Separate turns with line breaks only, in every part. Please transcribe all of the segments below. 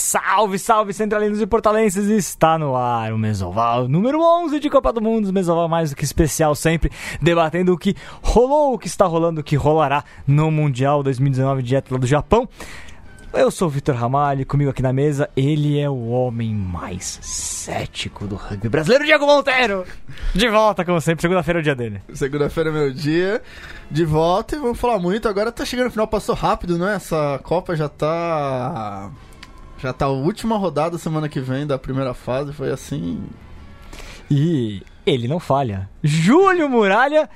Salve, salve, centralinos e portalenses, está no ar o Mesoval número 11 de Copa do Mundo, Mesoval mais do que especial sempre, debatendo o que rolou, o que está rolando, o que rolará no Mundial 2019 direto lá do Japão. Eu sou o Vitor Ramalho, comigo aqui na mesa, ele é o homem mais cético do rugby brasileiro, Diego Monteiro! De volta, como sempre, segunda-feira é o dia dele.
Segunda-feira é meu dia, de volta e vamos falar muito. Agora tá chegando no final, passou rápido, né? Essa Copa já tá a última rodada semana que vem da primeira fase, foi assim.
E ele não falha. Júlio Muralha,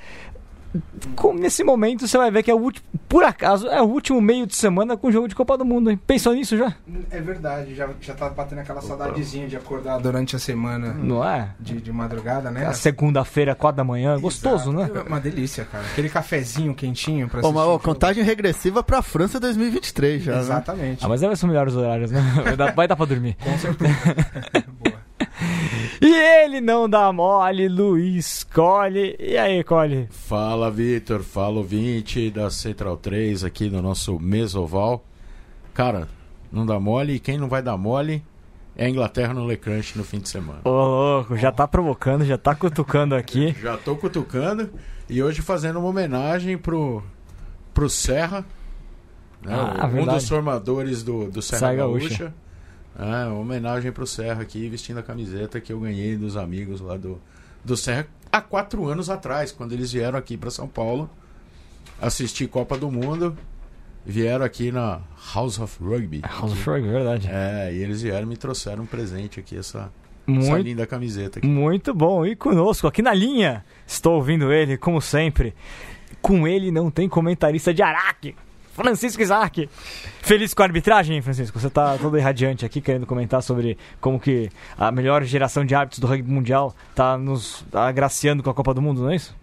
nesse momento você vai ver que é o último, por acaso, é o último meio de semana com o jogo de Copa do Mundo, hein? Pensou nisso já?
É verdade, já tá batendo aquela saudadezinha de acordar durante a semana.
Não é?
De madrugada, né?
A segunda-feira, 4 da manhã, gostoso, né?
É uma delícia, cara. Aquele cafezinho quentinho pra assistir.
Uma contagem regressiva pra França 2023 já.
Exatamente.
Né? Mas vai ser melhores horários, né? Vai dar pra dormir.
Com certeza. Boa.
E ele não dá mole, Luiz Colli. E aí, Colli?
Fala, Vitor. Fala, ouvinte da Central 3 aqui no nosso Mesoval. Cara, não dá mole. E quem não vai dar mole é a Inglaterra no Le Crunch no fim de semana.
Ô, louco, já tá provocando, já tá cutucando aqui.
Já tô cutucando. E hoje fazendo uma homenagem pro Serra, né? Um dos formadores do Serra Gaúcha. Uma homenagem pro Serra aqui, vestindo a camiseta que eu ganhei dos amigos lá do Serra há 4 anos atrás, quando eles vieram aqui para São Paulo assistir Copa do Mundo. Vieram aqui na House of Rugby.
House of Rugby, verdade.
E eles vieram e me trouxeram um presente aqui, essa linda camiseta aqui.
Muito bom, e conosco aqui na linha, estou ouvindo ele, como sempre. Com ele não tem comentarista de Araque, Francisco Isaac. Feliz com a arbitragem, Francisco? Você tá todo irradiante aqui, querendo comentar sobre como que a melhor geração de árbitros do rugby mundial tá nos agraciando com a Copa do Mundo, não é isso?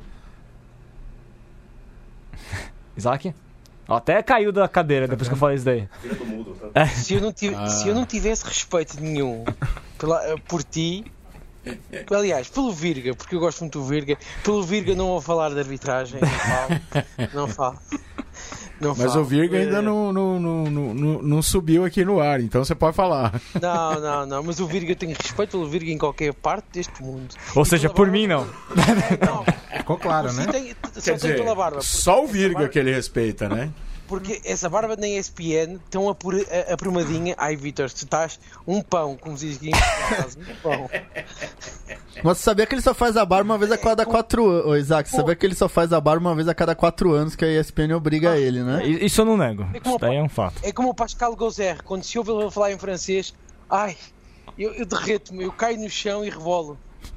Isaac? Até caiu da cadeira depois que eu falei isso daí.
Se eu não tivesse respeito nenhum por ti, aliás, pelo Virga, porque eu gosto muito do Virga, pelo Virga não vou falar de arbitragem, não falo.
Mas o Virga ainda não subiu aqui no ar, então você pode falar.
Não, mas o Virga, tem respeito pelo Virga em qualquer parte deste mundo.
Ou seja, por mim não.
Ficou claro, né?
Quer dizer, pela barba, só o Virga que ele respeita, né?
Porque essa barba na ESPN tão aprumadinha. Ai, Vitor, tu estás um pão, como se diz aqui em casa, um pão.
Mas você sabia que ele só faz a barba uma vez a cada 4 anos, ô Isaac? Você sabia que ele só faz a barba uma vez a cada 4 anos, que a ESPN obriga ele, né?
Isso eu não nego, isso daí é um fato.
É como o Pascal Gauzer, quando se ouve ele falar em francês, ai, eu derreto-me, eu caio no chão e rebolo.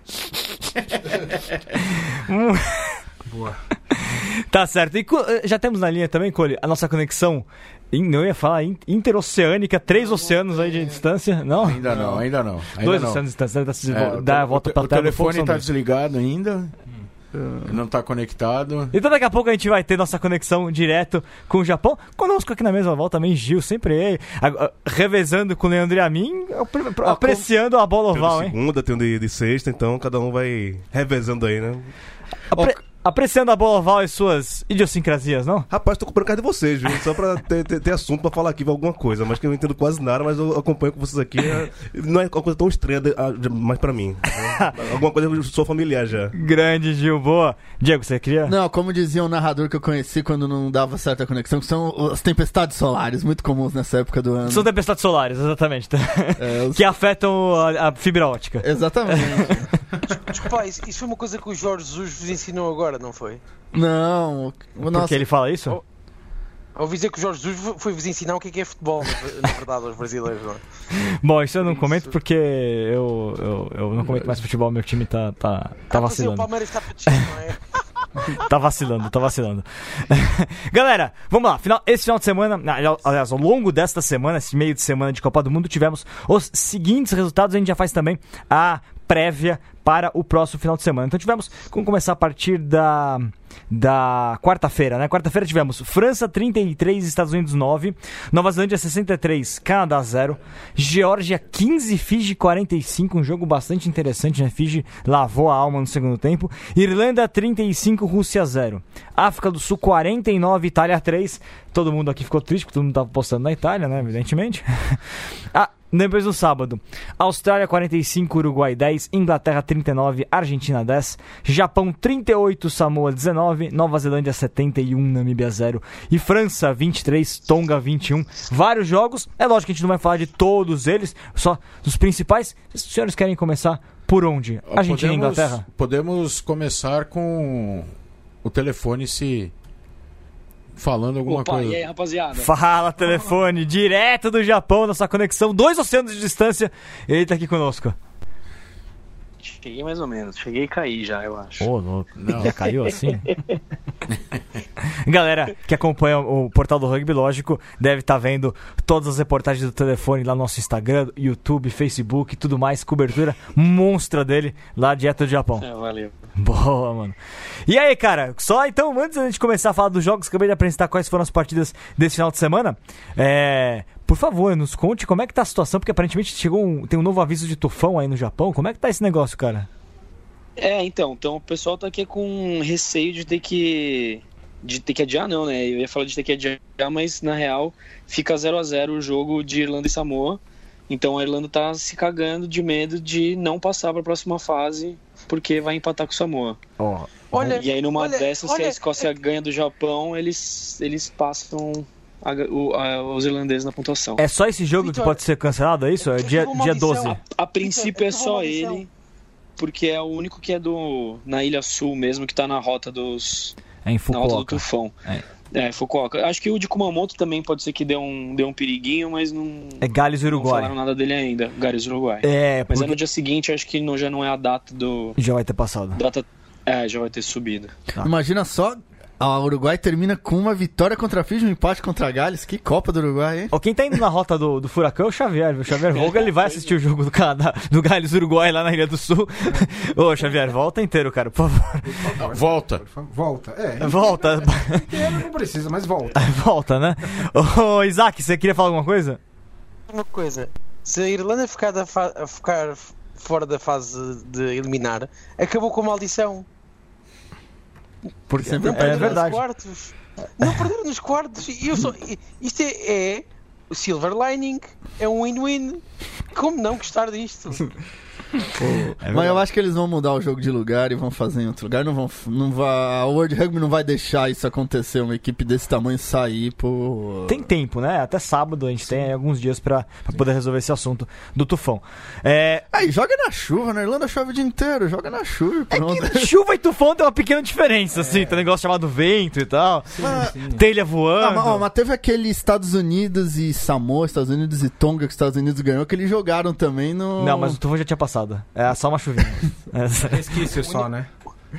Boa.
Tá certo. E já temos na linha também, Cole, a nossa conexão, não ia falar interoceânica, 3 oceanos aí de distância, não?
Ainda não.
2 oceanos de distância, dá a volta pra terra.
O telefone tá desligado ainda, não tá conectado.
Então daqui a pouco a gente vai ter nossa conexão direto com o Japão. Conosco aqui na mesma volta também, Gil, sempre ele, revezando com o Leandro e a mim, apreciando a bola oval, hein?
Tem segunda, tem de sexta, então cada um vai revezando aí, né?
Apreciando a bola oval e suas idiosincrasias, não?
Rapaz, tô comprando casa de vocês, viu? Só pra ter assunto pra falar aqui alguma coisa. Mas que eu não entendo quase nada, mas eu acompanho com vocês aqui. Não é uma coisa tão estranha mais pra mim. Alguma coisa eu sou familiar já.
Grande, Gil, boa. Diego, você queria?
Não, como dizia um narrador que eu conheci quando não dava certa conexão, que são as tempestades solares, muito comuns nessa época do ano.
São tempestades solares, exatamente. Que afetam a fibra ótica.
Exatamente.
Desculpa, isso foi uma coisa que o Jorge Jesus vos ensinou agora, não foi?
Não.
Porque ele fala isso?
Ouvi dizer que o Jorge Jesus foi-vos ensinar o que é futebol, na verdade, aos brasileiros, não é?
Bom, isso eu não comento porque eu não comento mais futebol, meu time tá vacilando.
O Palmeiras está para descer, não é?
Tá vacilando. Galera, vamos lá. Esse final de semana, aliás, ao longo desta semana, esse meio de semana de Copa do Mundo, tivemos os seguintes resultados. A gente já faz também a prévia para o próximo final de semana. Então vamos começar a partir da quarta-feira, né? Quarta-feira tivemos França 33, Estados Unidos 9, Nova Zelândia 63, Canadá 0, Geórgia 15, Fiji 45, um jogo bastante interessante, né? Fiji lavou a alma no segundo tempo, Irlanda 35, Rússia 0, África do Sul 49, Itália 3, todo mundo aqui ficou triste porque todo mundo estava apostando na Itália, né? Evidentemente. Depois no sábado, Austrália 45, Uruguai 10, Inglaterra 39, Argentina 10, Japão 38, Samoa 19, Nova Zelândia 71, Namíbia 0 e França 23, Tonga 21. Vários jogos, é lógico que a gente não vai falar de todos eles, só dos principais. Os senhores querem começar por onde? Argentina e Inglaterra?
Podemos começar com o telefone falando alguma coisa.
E aí, rapaziada?
Fala, telefone, direto do Japão, nossa conexão, 2 oceanos de distância, ele tá aqui conosco.
Cheguei mais ou menos, cheguei e caí já, eu acho.
Ô, louco, já caiu assim? Galera que acompanha o Portal do Rugby, lógico, deve estar vendo todas as reportagens do telefone lá no nosso Instagram, YouTube, Facebook e tudo mais, cobertura monstra dele lá direto do Japão.
Valeu.
Boa, mano. E aí, cara, só então, antes da gente começar a falar dos jogos, acabei de apresentar quais foram as partidas desse final de semana. Por favor, nos conte como é que tá a situação, porque aparentemente tem um novo aviso de tufão aí no Japão. Como é que tá esse negócio, cara?
Então o pessoal tá aqui com receio de ter que adiar, não, né? Eu ia falar de ter que adiar, mas na real fica 0-0 o jogo de Irlanda e Samoa. Então a Irlanda tá se cagando de medo de não passar para a próxima fase, porque vai empatar com o Samoa. E aí numa dessas, se a Escócia ganha do Japão, eles passam os irlandeses na pontuação.
É só esse jogo que pode ser cancelado, é isso? É dia 12?
A princípio é só ele, porque é o único que é na Ilha Sul mesmo, que tá na rota dos...
em Fukuoka.
Na rota do tufão. Fukuoka. Acho que o de Kumamoto também pode ser que dê um periguinho, mas não...
É Gales e Uruguai.
Não falaram nada dele ainda, Gales e Uruguai. Mas no dia seguinte, acho que já não é a data do...
Já vai ter passado.
Já vai ter subido.
Imagina só, a Uruguai termina com uma vitória contra a Fiji, um empate contra a Gales. Que Copa do Uruguai, hein?
Quem tá indo na rota do Furacão é o Xavier. O Xavier Volga, ele vai assistir o jogo do Canadá, do Gales Uruguai lá na Ilha do Sul. Ô, Xavier, volta inteiro, cara, por favor.
Volta.
Volta.
Volta.
Inteiro não precisa, mas volta.
Volta, né? Ô, Isaac, você queria falar alguma coisa?
Uma coisa. Se a Irlanda ficar fora da fase de eliminar, acabou com a maldição.
Porque
não perderam
verdade.
Nos quartos. Não perderam nos quartos. Isto é o silver lining. É um win-win. Como não gostar disto?
Mas eu acho que eles vão mudar o jogo de lugar e vão fazer em outro lugar. A World Rugby não vai deixar isso acontecer, uma equipe desse tamanho sair por...
Tem tempo, né? Até sábado a gente tem alguns dias pra poder resolver esse assunto do tufão.
Aí, joga na chuva, na Irlanda chove o dia inteiro, joga na chuva e pronto.
Chuva e tufão tem uma pequena diferença, assim, tem um negócio chamado vento e tal, telha voando.
Mas teve aquele Estados Unidos e Samoa, Estados Unidos e Tonga que os Estados Unidos ganhou, que eles jogaram também no...
Não, mas o tufão já tinha passado. É só uma chuvinha.
Resquício só, né?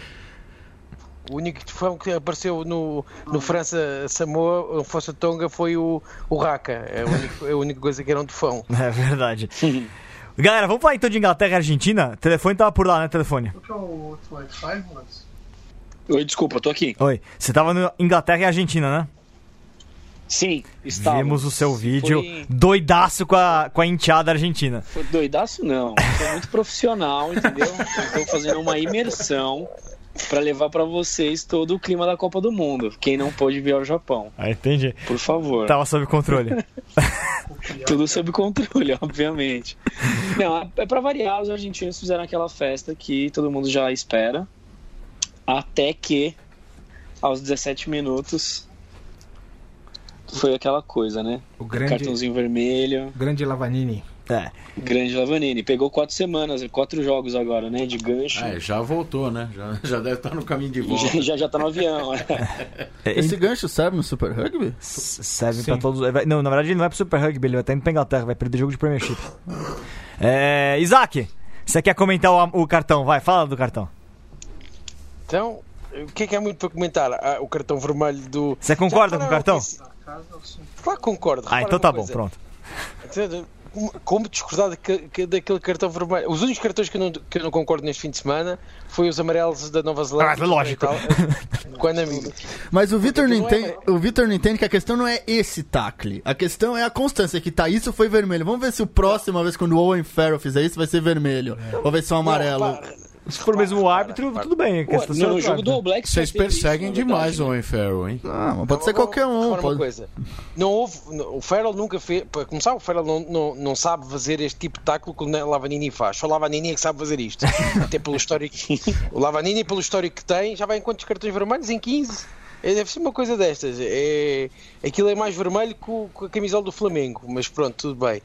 O único tufão que apareceu no França-Samoa, França-Tonga, foi o Raka. É a única coisa que era um tufão.
É verdade. Galera, vamos falar então de Inglaterra e Argentina? O telefone tava por lá, né, telefone?
Oi, desculpa, tô aqui.
Oi, você tava no Inglaterra e Argentina, né?
Sim, estava.
Vimos o seu vídeo doidaço com a enteada argentina.
Foi doidaço não, foi muito profissional, entendeu? Eu tô fazendo uma imersão pra levar pra vocês todo o clima da Copa do Mundo. Quem não pôde vir ao Japão.
Entendi.
Por favor.
Tava sob controle.
Tudo sob controle, obviamente. Não, é pra variar, os argentinos fizeram aquela festa que todo mundo já espera. Até que, aos 17 minutos... Foi aquela coisa, né?
O grande
cartãozinho vermelho.
Grande Lavanini.
Grande Lavanini. Pegou 4 semanas, 4 jogos agora, né? De gancho.
Já voltou, né? Já deve estar no caminho de volta.
Já tá no avião.
Esse gancho serve no Super Rugby?
Serve pra todos. Não, na verdade ele não é pro Super Rugby, ele vai estar indo pra Inglaterra, vai perder jogo de Premiership. Isaac, você quer comentar o cartão? Vai, fala do cartão.
Então, o que é muito para comentar? O cartão vermelho do...
Você concorda com o cartão?
Claro que concordo.
Então tá bom, pronto.
como discordar daquele cartão vermelho? Os únicos cartões que eu não concordo neste fim de semana foi os amarelos da Nova Zelândia.
Lógico.
Mas o Vitor não entende que a questão não é esse tackle. A questão é a constância, que tá, isso foi vermelho. Vamos ver se o próxima vez quando o Owen Farrell fizer isso vai ser vermelho. Ou vai ser um amarelo.
Se for mesmo o árbitro, tudo bem.
No jogo do All Black
vocês perseguem demais o Owen Farrell, hein?
Não, pode ser qualquer um.
Uma coisa. Não houve, o Farrell nunca fez. Para começar, o Farrell não sabe fazer este tipo de tackle que o Lavanini faz. Só o Lavanini é que sabe fazer isto. Até pelo histórico. O Lavanini, pelo histórico que tem, já vai em quantos cartões vermelhos? Em 15. Deve ser uma coisa destas. Aquilo é mais vermelho que a camisola do Flamengo. Mas pronto, tudo bem.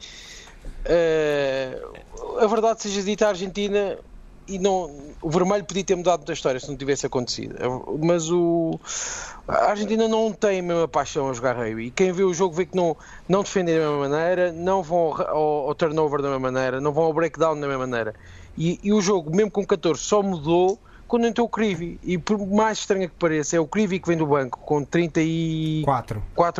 A verdade seja dita, a Argentina. E não, o vermelho podia ter mudado da história se não tivesse acontecido, mas a Argentina não tem a mesma paixão a jogar rugby, e quem vê o jogo vê que não defendem da mesma maneira, não vão ao turnover da mesma maneira, não vão ao breakdown da mesma maneira, e o jogo mesmo com 14 só mudou quando entrou o Creevy, e por mais estranho que pareça, é o Creevy que vem do banco com 34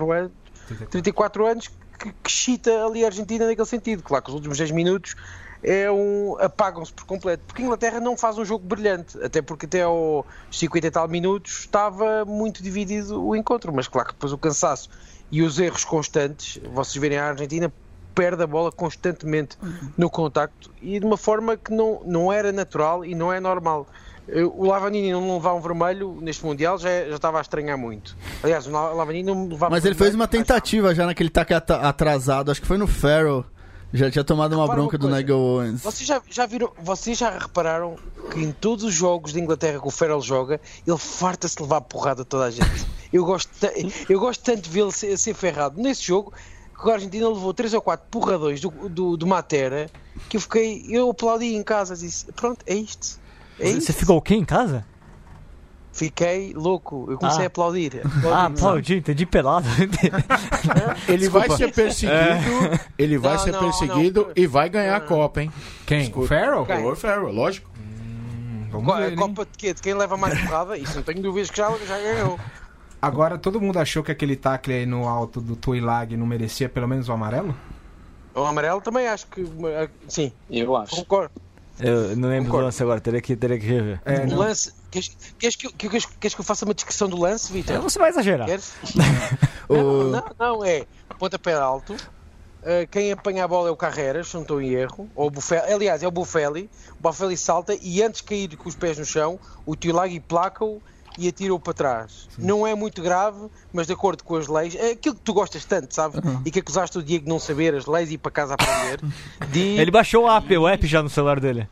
anos que chita ali a Argentina naquele sentido. Claro que os últimos 10 minutos apagam-se por completo, porque a Inglaterra não faz um jogo brilhante, até porque até aos 50 e tal minutos estava muito dividido o encontro, mas claro que depois o cansaço e os erros constantes, vocês verem a Argentina perde a bola constantemente no contacto e de uma forma que não era natural e não é normal. O Lavanini não levar um vermelho neste Mundial já estava a estranhar muito. Aliás, o Lavanini não levava.
Mas ele fez uma tentativa já naquele tackle atrasado, acho que foi no Farrell. Já tinha tomado uma bronca do Nigel Owens.
Vocês já repararam que em todos os jogos de Inglaterra que o Farrell joga, ele farta-se de levar porrada a toda a gente. Eu gosto tanto de vê-lo ser ferrado. Nesse jogo, que a Argentina levou 3 ou 4 porradões do Matera, que eu aplaudi em casa, disse, pronto, é isto.
Você ficou o quê em casa?
Fiquei louco, eu comecei a aplaudir.
Aplaudir, entendi pelado.
Ele vai ser perseguido, e vai ganhar a Copa, hein?
Quem? O Farrell?
O Farrell, lógico.
Vamos ver,
a Copa de quê? De quem leva mais porrada? Isso não tenho dúvidas que já ganhou.
Agora, todo mundo achou que aquele tackle aí no alto do Tuilag não merecia pelo menos o amarelo?
O amarelo também acho que... Sim.
Eu acho.
Concordo.
Eu não lembro do lance agora, teria que rever.
O lance... Queres que eu faça uma descrição do lance, Vitor?
Você vai exagerar.
Queres? Não, é pontapé alto. Quem apanha a bola é o Carreras, se não estou em erro. Ou o Buffelli, aliás, é o Buffelli. O Buffelli salta e antes de cair com os pés no chão, o Tuilagi placa-o e atira-o para trás. Sim. Não é muito grave, mas de acordo com as leis, é aquilo que tu gostas tanto, sabes? E que acusaste o Diego de não saber as leis e ir para casa aprender.
Ele baixou o app já no celular dele.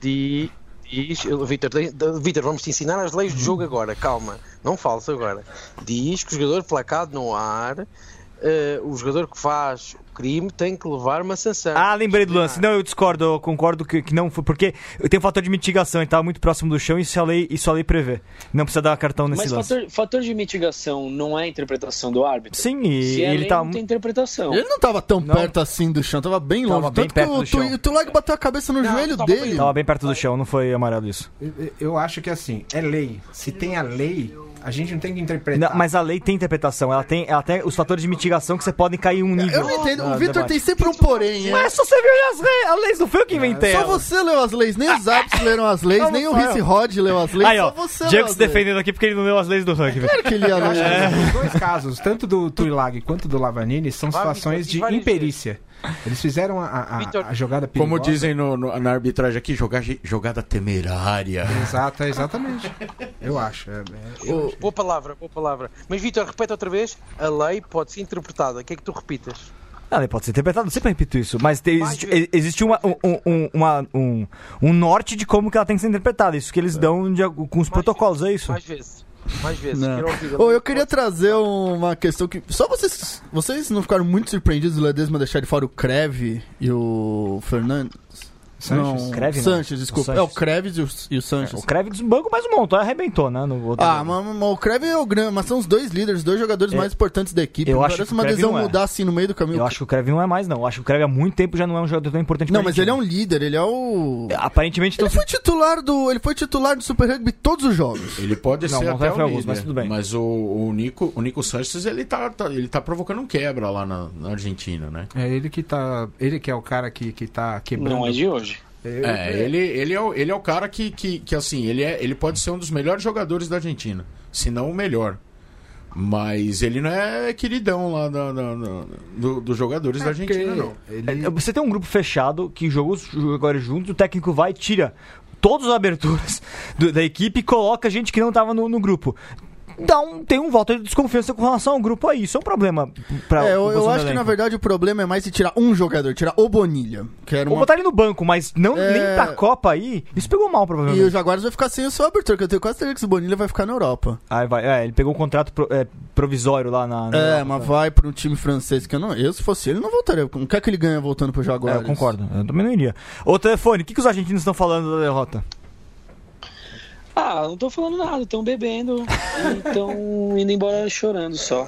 Vitor, vamos te ensinar as leis do jogo agora, calma, não fales agora. Diz que o jogador placado no ar, o jogador que faz o crime tem que levar uma sanção.
Lembrei do lance. Não, eu discordo, eu concordo que não foi, porque tem um fator de mitigação, ele estava muito próximo do chão e isso a lei prevê. Não precisa dar cartão nesse lance.
Mas fator de mitigação não é interpretação do árbitro?
Sim, e ele tá...
não tem interpretação.
Ele não estava tão perto assim do chão, estava bem longe.
Tava bem perto do chão.
O Tuilag bateu a cabeça no joelho dele.
Tava bem perto do chão, não foi amarelo isso.
Eu acho que assim, é lei. Se tem a lei, a gente não tem que interpretar.
Não, mas a lei tem interpretação, ela tem os fatores de mitigação que você pode cair um nível.
Eu não entendo, o Vitor tem sempre um porém.
Mas só você viu as leis, não foi eu que inventei.
Só você leu as leis, nem os árbitros leram as leis, nem o Ricci Rod leu as leis.
Aí, ó,
só você
Diego se defendendo aqui porque ele não leu as leis do rugby.
Claro que ele ia ler.
Os dois casos, tanto do Tuilag quanto do Lavanini, são situações de imperícia. Eles fizeram a jogada perigosa.
Como dizem na arbitragem aqui, jogada temerária.
Exato, exatamente. Eu acho.
Boa palavra. Mas, Vitor, repete outra vez. A lei pode ser interpretada. O que é que tu repitas?
A lei pode ser interpretada, eu sempre repito isso. Mas existe um norte de como que ela tem que ser interpretada. Isso que eles dão com os protocolos, é isso?
Mais vezes.
Eu queria trazer uma questão que... Só vocês não ficaram muito surpreendidos do Ledesma deixar de fora o Creve e o Fernandes? Sanches, desculpa. É o Kravitz e o Sanches.
O Kravitz no banco, mas um montão, arrebentou, né? No outro
mas o Kravitz é o grande, mas são os dois líderes, os dois jogadores mais importantes da equipe.
Eu acho que
uma adesão mudar assim no meio do caminho.
Eu acho que o Kravitz não é mais, não. Eu acho que o Kravitz há muito tempo já não é um jogador tão importante.
Não, mas ele é um líder, ele é o...
Aparentemente...
Ele foi titular do Super Rugby todos os jogos.
Ele pode ser até o líder,
mas tudo bem.
Mas o Nico Sanches, ele tá provocando um quebra lá na Argentina, né?
Ele que é o cara que tá quebrando.
Não é de hoje.
Ele é o cara que assim, ele pode ser um dos melhores jogadores da Argentina, se não o melhor. Mas ele não é queridão lá dos jogadores da Argentina, não.
Você tem um grupo fechado que joga os jogadores juntos, o técnico vai e tira todas as aberturas da equipe e coloca gente que não estava no grupo. Tem um voto de desconfiança com relação ao grupo aí. Isso é um problema
eu acho que na verdade o problema é mais de tirar um jogador, tirar o Bonilha.
Ou botar ele no banco, mas nem pra Copa aí. Isso pegou mal, provavelmente.
E o Jaguares vai ficar sem o seu abertura, que eu tenho quase certeza que o Bonilha vai ficar na Europa.
Ele pegou um contrato provisório lá na Europa,
mas vai para um time francês que eu se fosse ele, não voltaria. O que é que ele ganha voltando pro Jaguares?
Eu concordo, eu também não iria. Ô, Telefone, o que os argentinos estão falando da derrota?
Não tô falando nada, estão bebendo e estão indo embora chorando só.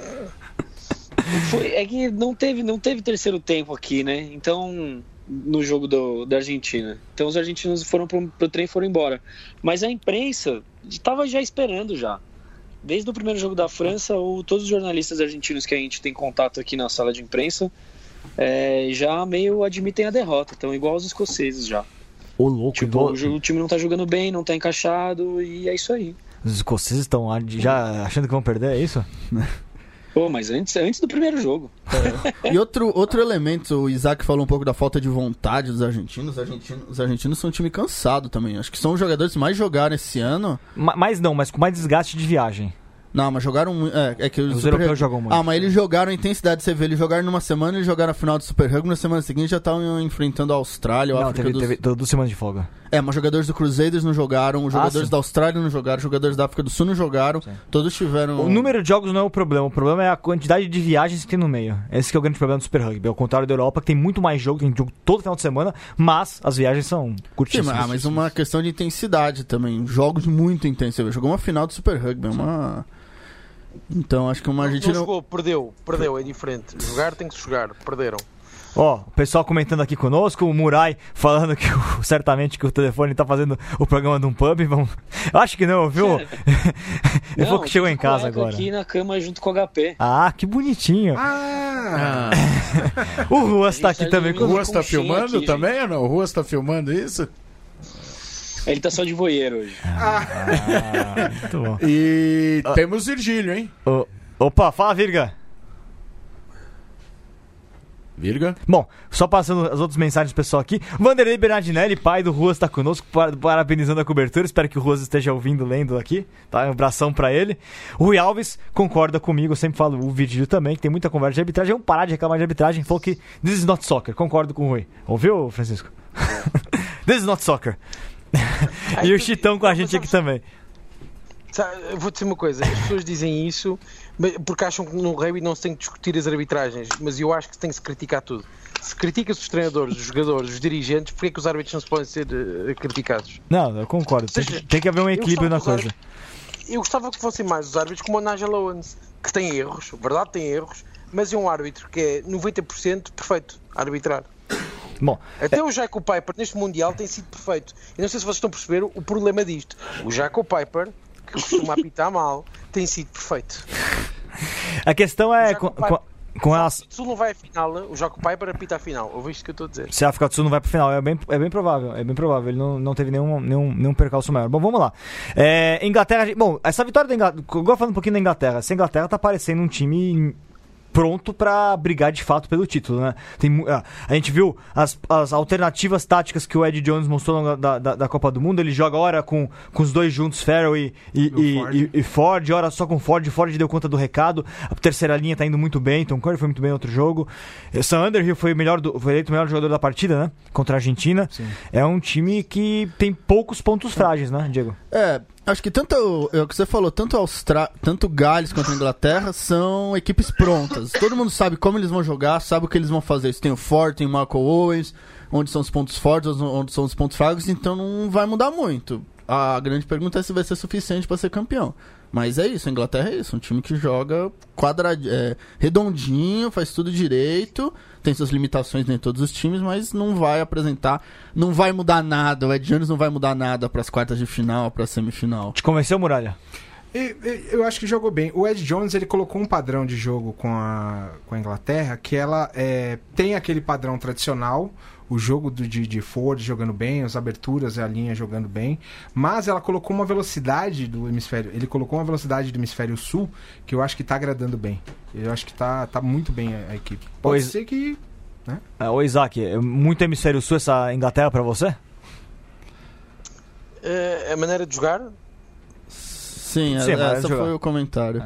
É que não teve terceiro tempo aqui, né? Então, no jogo da Argentina. Então os argentinos foram pro trem e foram embora. Mas a imprensa estava já esperando já. Desde o primeiro jogo da França, todos os jornalistas argentinos que a gente tem contato aqui na sala de imprensa já meio admitem a derrota. Estão igual os escoceses já.
Ô, louco,
o time não tá jogando bem, não tá encaixado e é isso aí.
Os escoceses estão já achando que vão perder, é isso?
Mas antes do primeiro jogo.
E outro elemento, o Isaac falou um pouco da falta de vontade dos argentinos. Os argentinos são um time cansado também. Acho que são os jogadores que mais jogaram esse ano.
Mas com mais desgaste de viagem.
Não, mas jogaram muito. Que
os europeus jogam muito.
Mas eles jogaram a intensidade, você vê. Eles jogaram numa semana, eles jogaram a final do Super Rugby. Na semana seguinte já estavam enfrentando a Austrália, a África
teve 2 semanas de folga.
Mas jogadores do Crusaders não jogaram, os jogadores da Austrália não jogaram, os jogadores da África do Sul não jogaram. Sim. Todos tiveram...
O número de jogos não é o problema é a quantidade de viagens que tem no meio. Esse que é o grande problema do Super Rugby. Ao contrário da Europa, que tem muito mais jogo, tem jogo todo final de semana, mas as viagens são curtíssimas.
Sim, mas uma questão de intensidade também. Jogos muito intensos. Jogou uma final do Super Rugby, Então, acho que uma Argentina...
Não jogou, perdeu, é diferente. Jogar tem que se jogar, perderam.
O pessoal comentando aqui conosco, o Murai falando que certamente que o telefone tá fazendo o programa de um pub. Eu acho que não, viu? Ele falou que chegou em casa agora.
Aqui na cama junto com o HP.
Que bonitinho. O Ruas tá aqui também.
O Ruas tá filmando aqui, também ou não? O Ruas tá filmando isso?
Ele tá só de voeiro hoje.
Muito bom.
E temos Virgílio, hein?
Opa, fala, Virga.
Virga?
Bom, só passando as outras mensagens do pessoal aqui. Vanderlei Bernardinelli, pai do Ruas, tá conosco, parabenizando a cobertura. Espero que o Ruas esteja ouvindo, lendo aqui. Tá? Um abração pra ele. O Rui Alves concorda comigo, eu sempre falo, o Virgílio também, que tem muita conversa de arbitragem. Vamos parar de reclamar de arbitragem. Falou que this is not soccer. Concordo com o Rui. Ouviu, Francisco? This is not soccer. E o Chitão com a gente aqui também.
Eu vou dizer uma coisa, as pessoas dizem isso porque acham que no rugby não se tem que discutir as arbitragens, mas eu acho que tem que se criticar tudo. Se critica-se os treinadores, os jogadores, os dirigentes, porque é que os árbitros não se podem ser criticados?
Não, eu concordo, tem que haver um equilíbrio na coisa.
Eu gostava que fossem mais os árbitros como o Nigel Owens, que tem erros, verdade tem erros, mas é um árbitro que é 90% perfeito a arbitrar.
Bom,
até o Jaco Piper neste Mundial tem sido perfeito. E não sei se vocês estão a perceber o problema disto. O Jaco Piper, que costuma apitar mal, tem sido perfeito.
A questão é com relação...
Se o Sul não vai à final, o Jaco Piper apita a final. Ouve isto que eu estou a dizer. Se
a África do Sul não vai para a final, é bem provável. É bem provável. Ele não teve nenhum percalço maior. Bom, vamos lá. Inglaterra... Bom, essa vitória da Inglaterra... Agora falando um pouquinho da Inglaterra. Essa Inglaterra tá parecendo um time... pronto pra brigar de fato pelo título, né? A gente viu as alternativas táticas que o Ed Jones mostrou da Copa do Mundo. Ele joga hora com os dois juntos, Farrell e Ford, hora só com Ford. Ford deu conta do recado. A terceira linha tá indo muito bem. Tom Curry foi muito bem no outro jogo. Sam Underhill foi eleito o melhor jogador da partida, né? Contra a Argentina. Sim. É um time que tem poucos pontos frágeis, né, Diego?
Acho que tanto o que você falou, tanto Gales quanto a Inglaterra são equipes prontas. Todo mundo sabe como eles vão jogar, sabe o que eles vão fazer. Tem o Ford, tem o Michael Owens, onde são os pontos fortes, onde são os pontos fracos, então não vai mudar muito. A grande pergunta é se vai ser suficiente para ser campeão. Mas é isso, a Inglaterra é isso, um time que joga redondinho, faz tudo direito, tem suas limitações em todos os times, mas não vai mudar nada, o Ed Jones não vai mudar nada para as quartas de final, para a semifinal.
Te convenceu, Muralha?
Eu acho que jogou bem. O Ed Jones, ele colocou um padrão de jogo com a Inglaterra, que ela tem aquele padrão tradicional, o jogo de Ford jogando bem, as aberturas e a linha jogando bem, mas ela colocou uma velocidade do hemisfério sul, que eu acho que tá agradando bem. Eu acho que tá muito bem a equipe. Pode ser que... Né?
Ô Isaac, muito hemisfério sul essa Inglaterra pra você?
A maneira de jogar...
Sim, essa foi o comentário.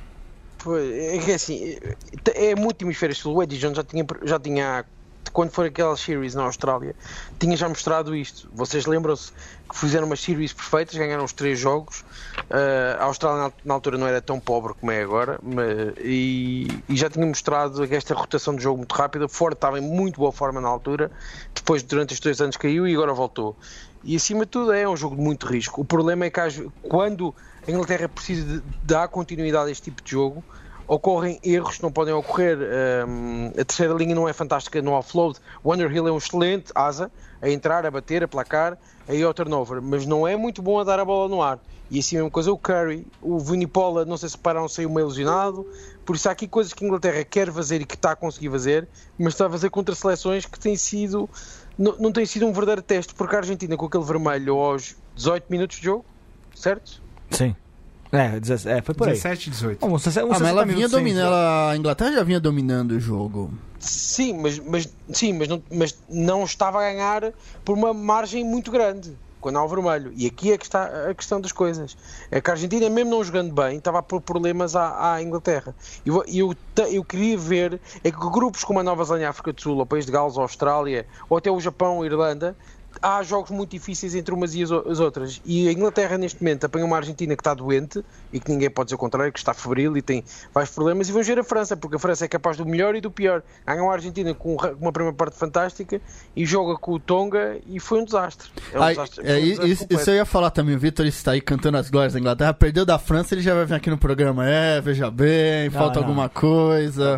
É que assim, é muito hemisfério sul. O Eddie Jones já tinha quando foi aquelas series na Austrália, tinha já mostrado isto. Vocês lembram-se que fizeram umas series perfeitas, ganharam os 3 jogos. A Austrália na altura não era tão pobre como é agora, e já tinha mostrado esta rotação de jogo muito rápida. Ford estava em muito boa forma na altura, depois durante estes 2 anos caiu e agora voltou. E acima de tudo é um jogo de muito risco. O problema é que quando a Inglaterra precisa de dar continuidade a este tipo de jogo, ocorrem erros que não podem ocorrer. A terceira linha não é fantástica no offload. O Underhill é um excelente asa a entrar, a bater, a placar, aí ao turnover, mas não é muito bom a dar a bola no ar. E assim a mesma coisa o Curry, o Vunipola, não sei se pararam, saiu meio lesionado. Por isso há aqui coisas que a Inglaterra quer fazer e que está a conseguir fazer, mas está a fazer contra seleções que têm sido... Não tem sido um verdadeiro teste, porque a Argentina com aquele vermelho aos 18 minutos de jogo, certo?
Sim. Foi por aí.
17, 18.
Mas ela vinha dominando, a Inglaterra já vinha dominando o jogo.
Sim, mas não estava a ganhar por uma margem muito grande quando há o vermelho. E aqui é que está a questão das coisas. É que a Argentina, mesmo não jogando bem, estava a pôr problemas à Inglaterra. E eu queria ver é que grupos como a Nova Zelândia, a África do Sul, o País de Gales, a Austrália, ou até o Japão, a Irlanda, há jogos muito difíceis entre umas e as outras. E a Inglaterra, neste momento, apanha uma Argentina que está doente e que ninguém pode dizer o contrário, que está febril e tem vários problemas. E vamos ver a França, porque a França é capaz do melhor e do pior. Ganha uma Argentina com uma primeira parte fantástica e joga com o Tonga e foi um desastre.
Isso eu ia falar também. O Vitor está aí cantando as glórias da Inglaterra. Perdeu da França, ele já vai vir aqui no programa. Veja bem, falta alguma coisa.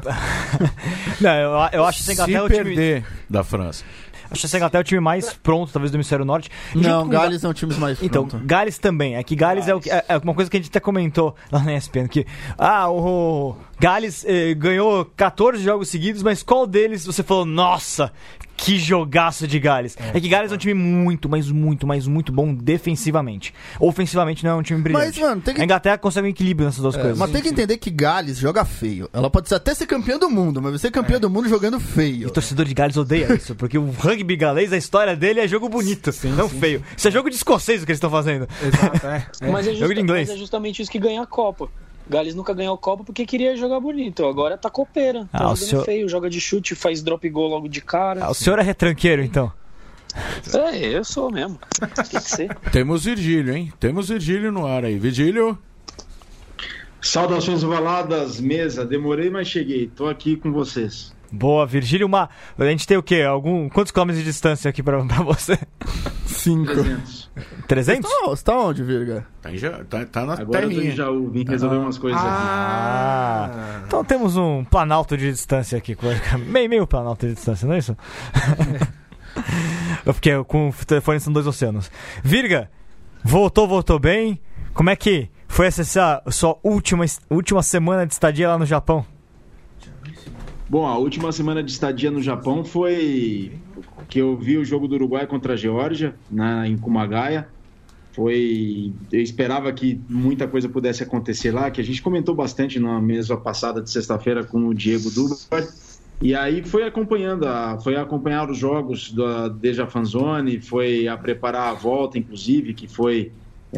Não, eu acho que a Inglaterra
perder da França.
Acho que a Inglaterra é o time mais pronto, talvez, do Hemisfério Norte.
Não, Gales é um time mais pronto.
Então, Gales também. É que Gales é uma coisa que a gente até comentou lá na ESPN, que o Gales ganhou 14 jogos seguidos, mas qual deles você falou, nossa, que jogaço de Gales? É que Gales é um time muito bom defensivamente. Ofensivamente não é um time brilhante.
Mas, mano,
a Inglaterra consegue um equilíbrio nessas duas coisas.
Mas tem que entender que Gales joga feio. Ela pode até ser campeã do mundo, mas vai ser campeã do mundo jogando feio.
E o torcedor de Gales odeia isso, porque o rugby galês, a história dele é jogo bonito, não feio. Isso é jogo de escocês o que eles estão fazendo.
Exato,
Mas jogo de inglês. Mas é justamente isso que ganha a Copa. Gales nunca ganhou a Copa porque queria jogar bonito. Agora tá copeira. Tá jogando feio. Joga de chute, faz drop goal logo de cara.
O senhor é retranqueiro, então?
Eu sou mesmo. Tem que ser.
Temos Virgílio, hein? Temos Virgílio no ar aí. Virgílio?
Saudações ovaladas, mesa. Demorei, mas cheguei. Tô aqui com vocês.
Boa, Virgílio. A gente tem o quê? Quantos quilômetros de distância aqui pra você?
5.
300?
Você tá onde, Virga?
Tá na
Agora
terrinha.
eu tô em Jaú, vim resolver umas coisas aqui.
Então temos um planalto de distância aqui. Meio planalto de distância, não é isso? Porque com o telefone são 2 oceanos. Virga, voltou bem. Como é que foi essa sua última semana de estadia lá no Japão?
Bom, a última semana de estadia no Japão foi que eu vi o jogo do Uruguai contra a Geórgia, em Kumagaya. Eu esperava que muita coisa pudesse acontecer lá, que a gente comentou bastante na mesa passada de sexta-feira com o Diego Dubar. E aí foi acompanhar os jogos da Deja Fanzone, foi a preparar a volta, inclusive, que foi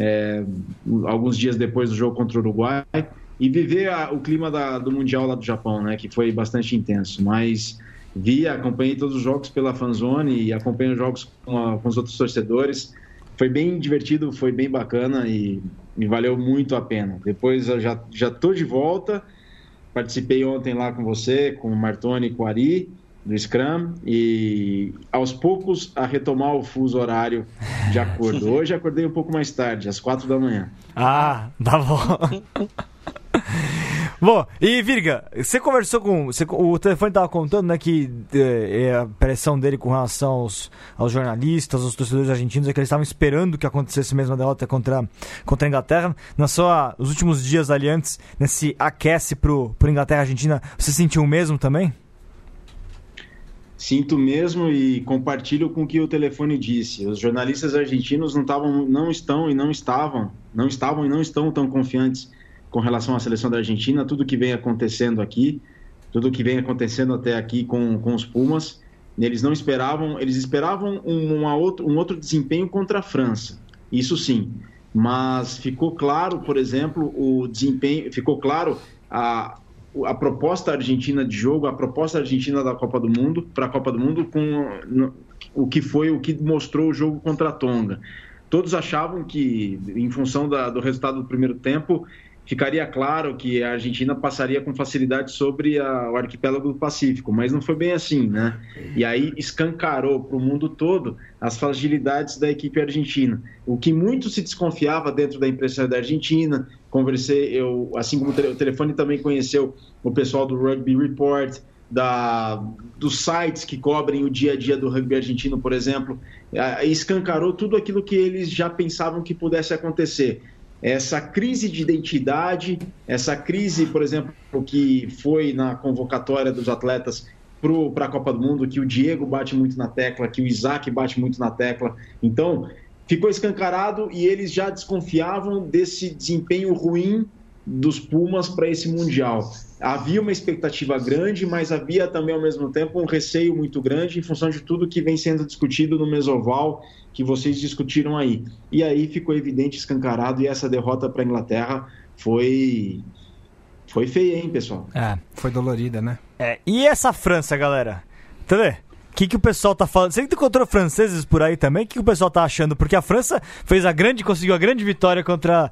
alguns dias depois do jogo contra o Uruguai. E viver o clima do Mundial lá do Japão, né, que foi bastante intenso. Mas acompanhei todos os jogos pela Fanzone e acompanhei os jogos com os outros torcedores. Foi bem divertido, foi bem bacana e me valeu muito a pena. Depois eu já tô de volta. Participei ontem lá com você, com o Martoni e com o Ari. do Scrum e aos poucos a retomar o fuso horário de acordo. Hoje acordei um pouco mais tarde, às 4 da manhã.
Ah, tá bom. Bom, e Virga, você conversou com... o telefone estava contando, né, que a pressão dele com relação aos jornalistas, aos torcedores argentinos, é que eles estavam esperando que acontecesse mesmo a derrota contra a Inglaterra. Os últimos dias ali antes, nesse aquece pro Inglaterra-Argentina, você sentiu o mesmo também?
Sinto mesmo e compartilho com o que o telefone disse. Os jornalistas argentinos não estão tão confiantes com relação à seleção da Argentina, tudo que vem acontecendo aqui, tudo que vem acontecendo até aqui com os Pumas, eles esperavam um outro desempenho contra a França, isso sim, mas ficou claro, por exemplo, ficou claro a proposta argentina de jogo, a proposta argentina da Copa do Mundo, para a Copa do Mundo, com o que mostrou o jogo contra a Tonga. Todos achavam que, em função do resultado do primeiro tempo, ficaria claro que a Argentina passaria com facilidade sobre o arquipélago do Pacífico, mas não foi bem assim, né? E aí escancarou para o mundo todo as fragilidades da equipe argentina. O que muito se desconfiava dentro da imprensa da Argentina, assim como o telefone também conheceu o pessoal do Rugby Report, dos sites que cobrem o dia a dia do rugby argentino, por exemplo, escancarou tudo aquilo que eles já pensavam que pudesse acontecer. Essa crise de identidade, essa crise, por exemplo, que foi na convocatória dos atletas para a Copa do Mundo, que o Diego bate muito na tecla, que o Isaac bate muito na tecla. Então, ficou escancarado e eles já desconfiavam desse desempenho ruim dos Pumas para esse Mundial. Havia uma expectativa grande, mas havia também, ao mesmo tempo, um receio muito grande em função de tudo que vem sendo discutido no Mesoval, que vocês discutiram aí. E aí ficou evidente, escancarado, e essa derrota para a Inglaterra foi feia, hein, pessoal?
Foi dolorida, né?
E essa França, galera? Entendeu? O que o pessoal tá falando? Você que encontrou franceses por aí também? O que o pessoal tá achando? Porque a França conseguiu a grande vitória contra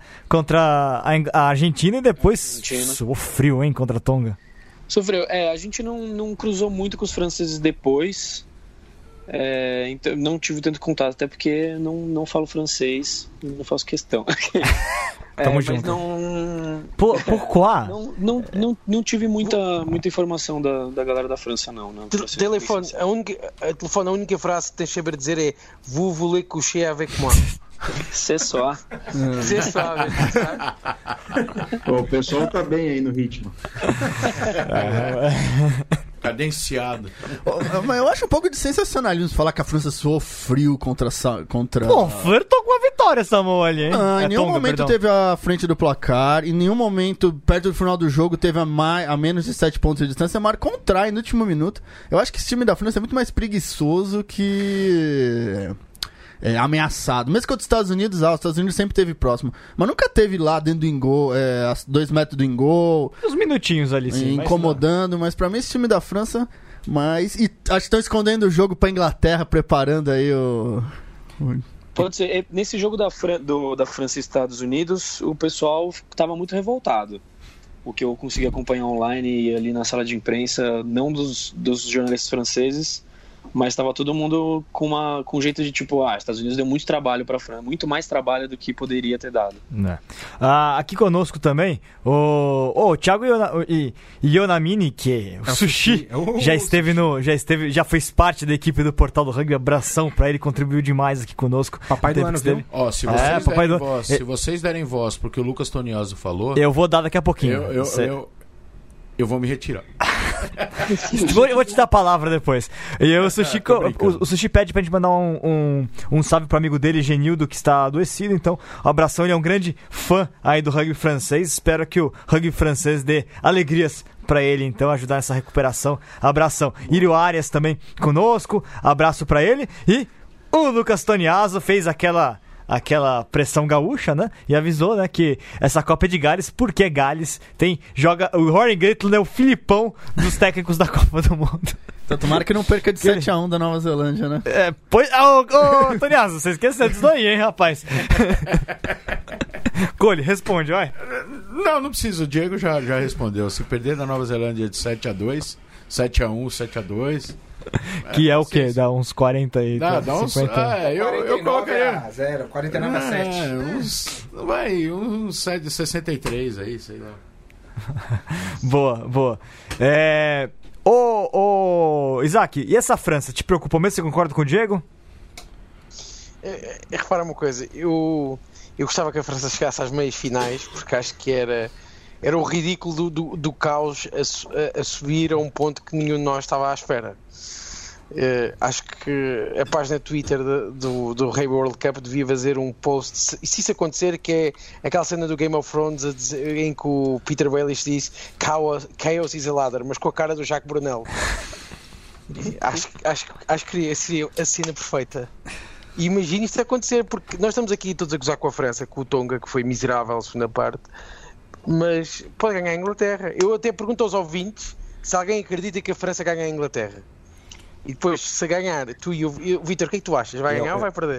a Argentina e depois sofreu, hein, contra a Tonga.
Sofreu. A gente não cruzou muito com os franceses depois. Então não tive tanto contato, até porque não falo francês, não faço questão.
Tamo
mas
junto.
Pourquoi? Não tive muita informação da galera da França, não.
Telefone, a única frase que tens sempre a dizer é Vous voulez coucher avec moi?
C'est só.
C'est só,
O pessoal tá bem aí no ritmo.
Cadenciado.
Mas eu acho um pouco de sensacionalismo falar que a França sofreu contra...
Pô, flertou com a vitória, Samuel, ali, hein?
Em nenhum momento teve a frente do placar, em nenhum momento, perto do final do jogo, teve a menos de 7 pontos de distância, mas contrai no último minuto. Eu acho que esse time da França é muito mais preguiçoso que... ameaçado. Mesmo contra os Estados Unidos, os Estados Unidos sempre esteve próximo. Mas nunca teve lá dentro do engol, a 2 metros do engol.
Uns minutinhos ali, sim.
Incomodando, mas pra mim esse time da França... E acho que estão escondendo o jogo pra Inglaterra, preparando aí o...
Pode ser. Nesse jogo da França e Estados Unidos, o pessoal estava muito revoltado. O que eu consegui acompanhar online e ali na sala de imprensa, não dos jornalistas franceses, mas estava todo mundo com um jeito de tipo, Estados Unidos deu muito trabalho para a França, muito mais trabalho do que poderia ter dado.
Aqui conosco também o Thiago Ionamini, que o Sushi já fez parte da equipe do Portal do Rugby. Abração para ele, contribuiu demais aqui conosco.
Papai do ano, viu?
Se vocês derem voz porque o Lucas Tonioso falou,
eu vou dar daqui a pouquinho.
Eu vou me retirar.
Eu vou te dar a palavra depois. E o Sushi pede pra gente mandar um salve pro amigo dele, Genildo, que está adoecido. Então, um abração. Ele é um grande fã aí do rugby francês. Espero que o rugby francês dê alegrias pra ele, então, ajudar nessa recuperação. Abração. Írio Arias também conosco. Abraço pra ele. E o Lucas Toniaso fez aquela pressão gaúcha, né? E avisou, né, que essa Copa é de Gales, porque Gales joga... O Rory Gatland é o Filipão dos técnicos da Copa do Mundo.
Então, tomara que não perca de 7-1 da Nova Zelândia, né?
Toniaso, você esqueceu disso aí, hein, rapaz? Cole, responde, vai.
Não precisa, o Diego já respondeu. Se perder da Nova Zelândia de 7-2, 7-1, 7-2.
Que é o quê? Dá uns 40 e...
Dá uns... 50. Eu colocaria...
49-7.
Uns 63 aí, sei lá.
Boa. Isaac, e essa França? Te preocupou mesmo? Você concorda com o Diego?
Repara uma coisa, eu gostava que a França chegasse às meias finais, porque acho que era o ridículo do caos a subir a um ponto que nenhum de nós estava à espera. Acho que a página Twitter do Rei World Cup devia fazer um post, se isso acontecer, que é aquela cena do Game of Thrones em que o Peter Baelish diz Chaos is a ladder, mas com a cara do Jacques Brunel. Acho que seria a cena perfeita. E imagine isto acontecer, porque nós estamos aqui todos a gozar com a França, com o Tonga, que foi miserável a segunda parte, mas pode ganhar a Inglaterra. Eu até pergunto aos ouvintes se alguém acredita que a França ganha a Inglaterra. E depois, se ganhar, tu e o Vítor, o que é que tu achas? Vai ganhar ou vai perder?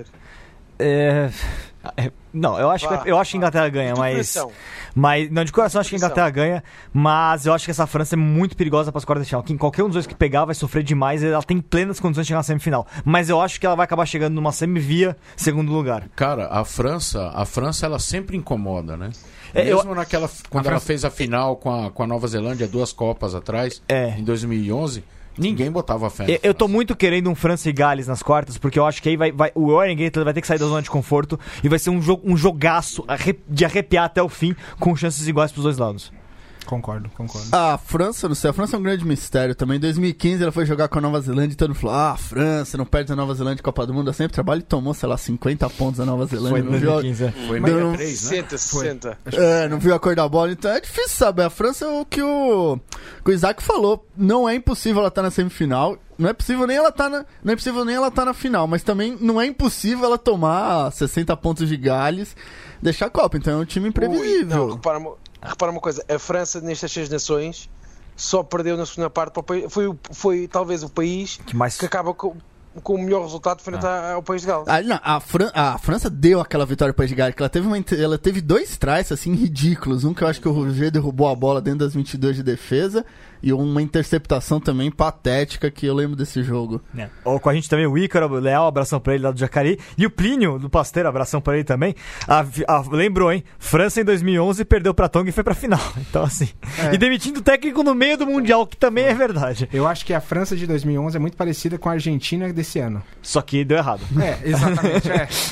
Não, eu acho que a Inglaterra ganha, mas não, de coração acho que a Inglaterra ganha, mas eu acho que essa França é muito perigosa para as quartas de final. Qualquer um dos dois que pegar vai sofrer demais, ela tem plenas condições de chegar na semifinal, mas eu acho que ela vai acabar chegando numa semivia segundo lugar.
Cara, a França ela sempre incomoda, né? Mesmo quando ela fez a final com a Nova Zelândia 2 Copas atrás, em 2011, ninguém botava fé.
Eu tô muito querendo um França e Gales nas quartas, porque eu acho que aí o Warren Gatland vai ter que sair da zona de conforto e vai ser um jogaço de arrepiar até o fim, com chances iguais pros dois lados.
Concordo.
A França, não sei, a França é um grande mistério também. Em 2015 ela foi jogar com a Nova Zelândia e todo mundo falou: a França não perde a Nova Zelândia Copa do Mundo, ela sempre trabalha e tomou, sei lá, 50 pontos da Nova Zelândia.
Foi em 2015.
Foi 63, né?
60.
Não viu a cor da bola, então é difícil saber. A França é o que o Isaac falou, não é impossível ela estar na semifinal. Não é possível nem ela estar na final, mas também não é impossível ela tomar 60 pontos de Gales, deixar a Copa. Então é um time imprevisível.
Repara uma coisa, a França nestas 6 nações só perdeu na segunda parte para o país, foi talvez o país que acaba com o melhor resultado frente ao país de Gales.
Não, a França deu aquela vitória para o país de Gales, que ela teve 2 tries assim ridículos, um que eu acho que o Roger derrubou a bola dentro das 22 de defesa e uma interceptação também patética, que eu lembro desse jogo.
Ou com a gente também o Ícaro Leal, abração pra ele lá do Jacareí, e o Plínio do Pasteiro, abração pra ele também. Lembrou, hein? França em 2011 perdeu pra Tonga e foi pra final. Então assim, e demitindo o técnico no meio do Mundial, que também é verdade.
Eu acho que a França de 2011 é muito parecida com a Argentina desse ano.
Só que deu errado.
Exatamente.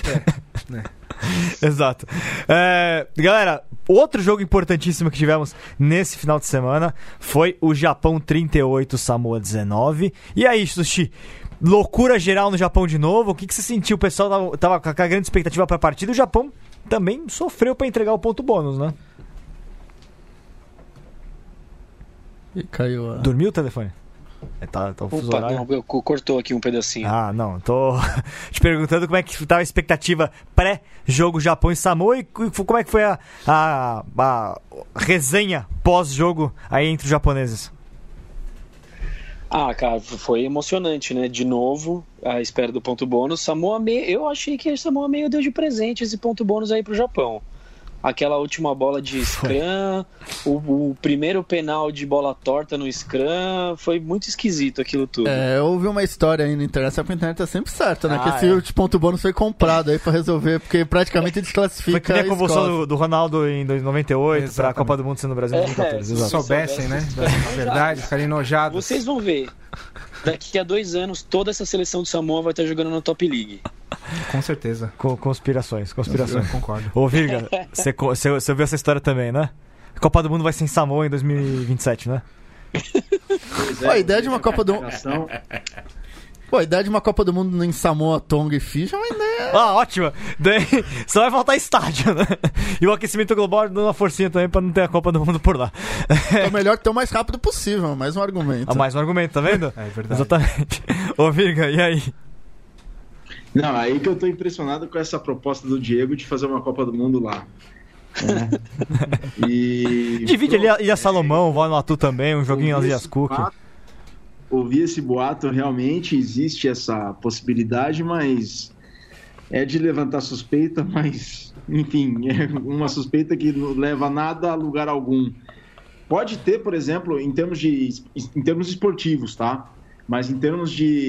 Exato. Galera, outro jogo importantíssimo que tivemos nesse final de semana foi o Japão 38, Samoa 19. E aí, Sushi, loucura geral no Japão de novo? O que você sentiu? O pessoal tava com a grande expectativa para a partida. O Japão também sofreu para entregar o ponto bônus, né?
E caiu.
Dormiu o telefone? Tá
Opa, não, cortou aqui um pedacinho.
Não, tô te perguntando como é que tava a expectativa pré-jogo Japão e Samoa e como é que foi a resenha pós-jogo aí entre os japoneses.
Cara, foi emocionante, né? De novo, a espera do ponto bônus. Eu achei que a Samoa meio deu de presente esse ponto bônus aí pro Japão. Aquela última bola de scrum, o primeiro penal de bola torta no scrum, foi muito esquisito aquilo tudo.
Eu ouvi uma história aí na internet, a internet tá sempre certa, né? Que esse ponto bônus foi comprado aí pra resolver, porque praticamente desclassifica.
Foi que nem a convulsão do Ronaldo em 98 pra Copa do Mundo ser no Brasil em 2014.
Se soubessem, né? Na verdade, ficarem enojados.
Vocês vão ver. Daqui a 2 anos, toda essa seleção do Samoa vai estar jogando na Top League.
Com certeza.
Conspirações.
Eu concordo.
Ô, Virga, você ouviu essa história também, né? A Copa do Mundo vai ser em Samoa em 2027, né?
A ideia de uma Copa do Mundo... a ideia de uma Copa do Mundo em Samoa, Tonga e Fiji é uma ideia...
Ótima! Só vai faltar estádio, né? E o aquecimento global dando uma forcinha também pra não ter a Copa do Mundo por lá.
É melhor ter o mais rápido possível, mais um argumento.
Mais um argumento, tá vendo?
É verdade.
Exatamente. Ô, Virga, e aí?
Não, aí que eu tô impressionado com essa proposta do Diego de fazer uma Copa do Mundo lá.
Divide ali a Ilha Salomão, Vanuatu também, um joguinho nas Ilhas Cook.
Ouvi esse boato, realmente existe essa possibilidade, mas é de levantar suspeita, mas enfim, é uma suspeita que não leva nada a lugar algum. Pode ter, por exemplo, em termos esportivos, tá? Mas em termos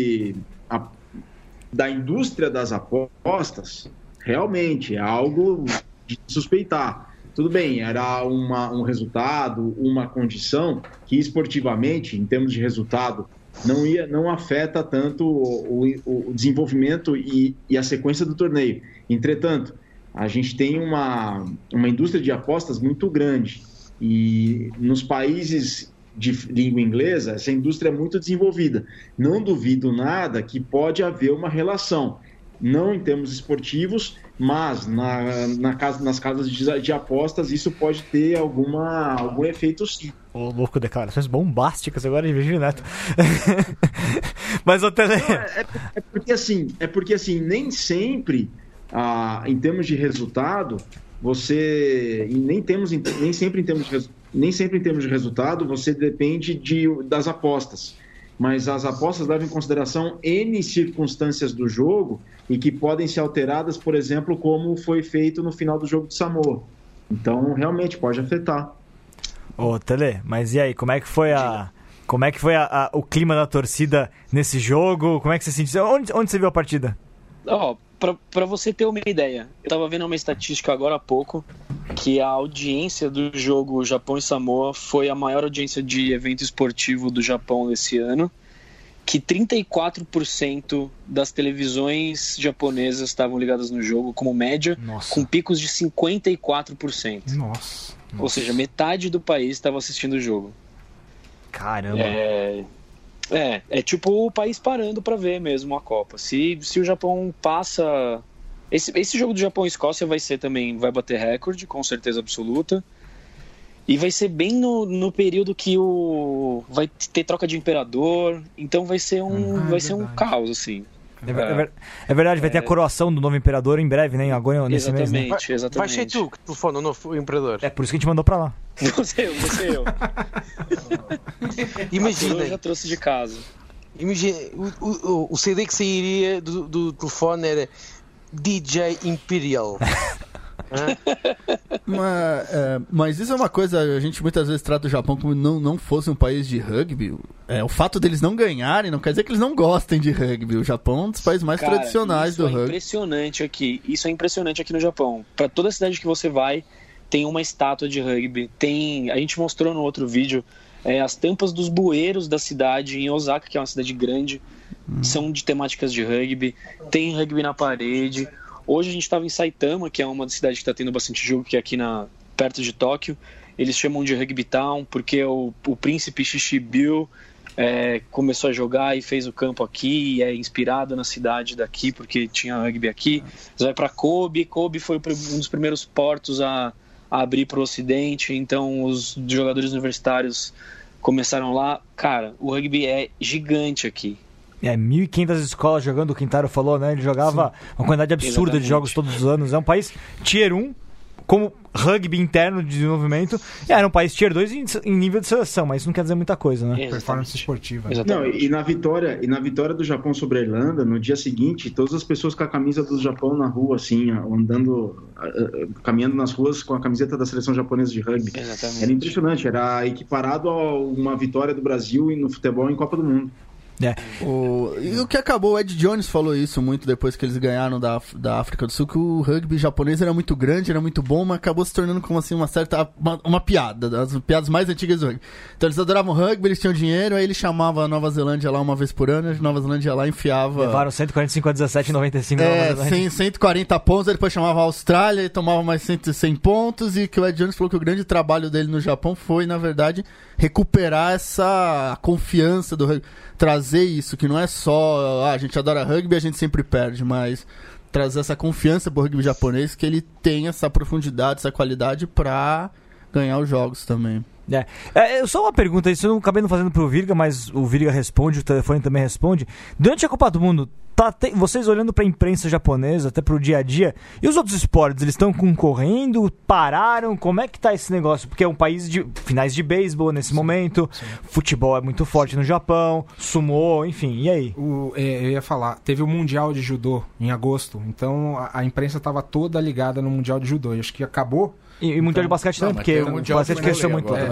da indústria das apostas, realmente é algo de suspeitar. Tudo bem, era um resultado, uma condição que esportivamente, em termos de resultado, não afeta tanto o desenvolvimento e a sequência do torneio. Entretanto, a gente tem uma indústria de apostas muito grande e nos países de língua inglesa, essa indústria é muito desenvolvida. Não duvido nada que pode haver uma relação, não em termos esportivos, mas nas casas de apostas isso pode ter algum efeito sim.
Ô, louco, declarações bombásticas agora de Virgílio Neto. Mas o Tele...
É porque assim, nem sempre em termos de resultado nem sempre em termos de resultado você depende das apostas, mas as apostas levam em consideração N circunstâncias do jogo e que podem ser alteradas, por exemplo, como foi feito no final do jogo de Samoa. Então, realmente, pode afetar.
Ô, Tele, mas e aí, como é que foi o clima da torcida nesse jogo? Como é que você sentiu? Onde você viu a partida?
Para você ter uma ideia, eu estava vendo uma estatística agora há pouco que a audiência do jogo Japão e Samoa foi a maior audiência de evento esportivo do Japão esse ano, que 34% das televisões japonesas estavam ligadas no jogo como média, com picos de 54%.
Nossa.
Ou seja, metade do país estava assistindo o jogo.
Caramba.
É tipo o país parando para ver mesmo a Copa. Se o Japão passa... Esse jogo do Japão e Escócia vai bater recorde, com certeza absoluta. E vai ser bem no período que vai ter troca de imperador. Então vai ser um caos, assim.
É verdade, vai ter a coroação do novo imperador em breve, né? Agora nesse mês, né?
Exatamente.
Vai ser tu que telefona o novo imperador.
É por isso que a gente mandou pra lá.
Não sei eu.
Imagina.
Eu já trouxe de casa.
Imagina, o CD que sairia do telefone era DJ Imperial.
Mas isso é uma coisa, a gente muitas vezes trata o Japão como não fosse um país de rugby. O fato deles não ganharem não quer dizer que eles não gostem de rugby. O Japão é um dos países mais tradicionais do rugby.
Isso é impressionante aqui no Japão. Para toda cidade que você vai, tem uma estátua de rugby. A gente mostrou no outro vídeo as tampas dos bueiros da cidade em Osaka, que é uma cidade grande, são de temáticas de rugby. Tem rugby na parede. Hoje a gente estava em Saitama, que é uma cidade que está tendo bastante jogo, que é aqui perto de Tóquio. Eles chamam de Rugby Town, porque o príncipe Shichibuyo começou a jogar e fez o campo aqui, e é inspirado na cidade daqui, porque tinha rugby aqui. Você vai para Kobe. Kobe foi um dos primeiros portos a abrir para o ocidente, então os jogadores universitários começaram lá. Cara, o rugby é gigante aqui.
1.500 escolas jogando, o Quintaro falou, né? Ele jogava uma quantidade absurda de jogos todos os anos. É um país Tier 1, como rugby interno de desenvolvimento. Era um país Tier 2 em nível de seleção, mas isso não quer dizer muita coisa, né?
Performance esportiva.
Não, e na vitória do Japão sobre a Irlanda, no dia seguinte, todas as pessoas com a camisa do Japão na rua, assim, caminhando nas ruas com a camiseta da seleção japonesa de rugby.
Exatamente.
Era impressionante, era equiparado a uma vitória do Brasil no futebol em Copa do Mundo.
E o que acabou, o Ed Jones falou isso muito depois que eles ganharam da África do Sul, que o rugby japonês era muito grande, era muito bom, mas acabou se tornando como assim uma piada, das piadas mais antigas do rugby. Então eles adoravam rugby, eles tinham dinheiro, aí eles chamavam a Nova Zelândia lá uma vez por ano, a Nova Zelândia lá enfiava...
Levaram 145 a 17 em 95 na Nova Zelândia.
140 pontos, aí depois chamava a Austrália e tomava mais 100 pontos, e que o Ed Jones falou que o grande trabalho dele no Japão foi, na verdade, recuperar essa confiança do rugby. Trazer isso, que não é só a gente adora rugby, a gente sempre perde, mas trazer essa confiança pro rugby japonês, que ele tem essa profundidade, essa qualidade pra ganhar os jogos também.
Só uma pergunta, isso eu não acabei não fazendo pro Virga, mas o Virga responde, o telefone também responde. Durante a Copa do Mundo, vocês olhando pra imprensa japonesa, até pro dia a dia, e os outros esportes, eles estão concorrendo, pararam, como é que tá esse negócio? Porque é um país de finais de beisebol nesse momento, futebol é muito forte no Japão, sumô, enfim, e aí?
Eu ia falar, teve o Mundial de Judô em agosto, então a imprensa tava toda ligada no Mundial de Judô, eu acho que acabou.
E Mundial de basquete também, porque o basquete cresceu muito,
agora,
né?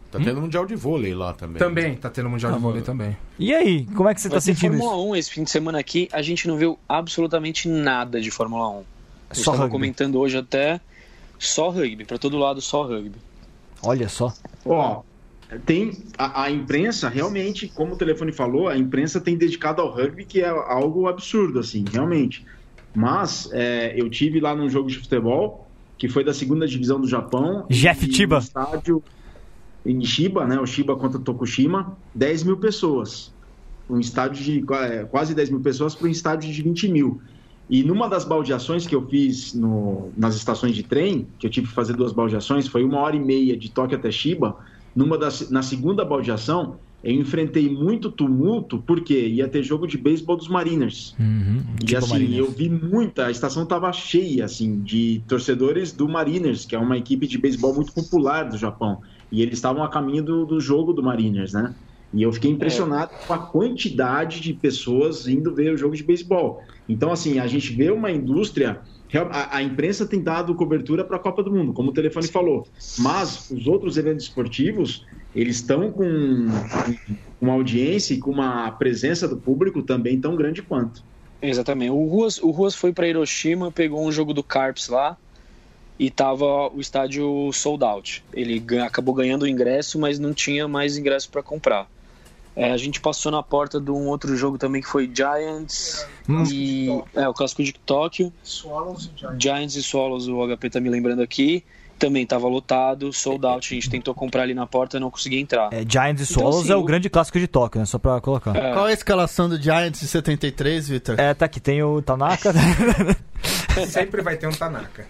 Tá tendo Mundial de Vôlei lá também.
Também, tá tendo Mundial de Vôlei também.
E aí, como é que você tá sentindo isso?
Fórmula 1 esse fim de semana aqui, a gente não viu absolutamente nada de Fórmula 1. Eu
Só
estava
rugby.
comentando hoje até só rugby, pra todo lado só rugby.
Olha só.
Ó, tem a imprensa, realmente, como o telefone falou, a imprensa tem dedicado ao rugby, que é algo absurdo, assim, realmente. Mas eu tive lá num jogo de futebol, que foi da 2ª divisão do Japão.
Jeff
e
Chiba.
no estádio em Chiba, né, o Chiba contra Tokushima, 10 mil pessoas. Um estádio de quase 10 mil pessoas para um estádio de 20 mil. E numa das baldeações que eu fiz nas estações de trem, que eu tive que fazer 2 baldeações, foi 1h30 de Tóquio até Chiba. Na segunda baldeação, eu enfrentei muito tumulto, porque ia ter jogo de beisebol dos Mariners. E assim,
Mariners.
eu vi a estação estava cheia, assim, de torcedores do Mariners, que é uma equipe de beisebol muito popular do Japão. E eles estavam a caminho do jogo do Mariners, né? E eu fiquei impressionado com a quantidade de pessoas indo ver o jogo de beisebol. Então, assim, a gente vê uma indústria... A imprensa tem dado cobertura para a Copa do Mundo, como o telefone falou. Mas os outros eventos esportivos, eles estão com uma audiência e com uma presença do público também tão grande quanto.
Exatamente. O Ruas foi para Hiroshima, pegou um jogo do Carps lá e tava o estádio sold out. Ele acabou ganhando o ingresso, mas não tinha mais ingresso para comprar. A gente passou na porta de um outro jogo também que foi Giants e o clássico de Tóquio. Giants e Swallows, o HP tá me lembrando aqui. Também estava lotado, sold out. A gente tentou comprar ali na porta, não conseguia entrar.
Giants e Swallows
assim,
é o grande clássico de Tóquio, né? Só pra colocar.
Qual é a escalação do Giants de 73, Vitor?
Tá aqui, tem o Tanaka.
Sempre vai ter um Tanaka.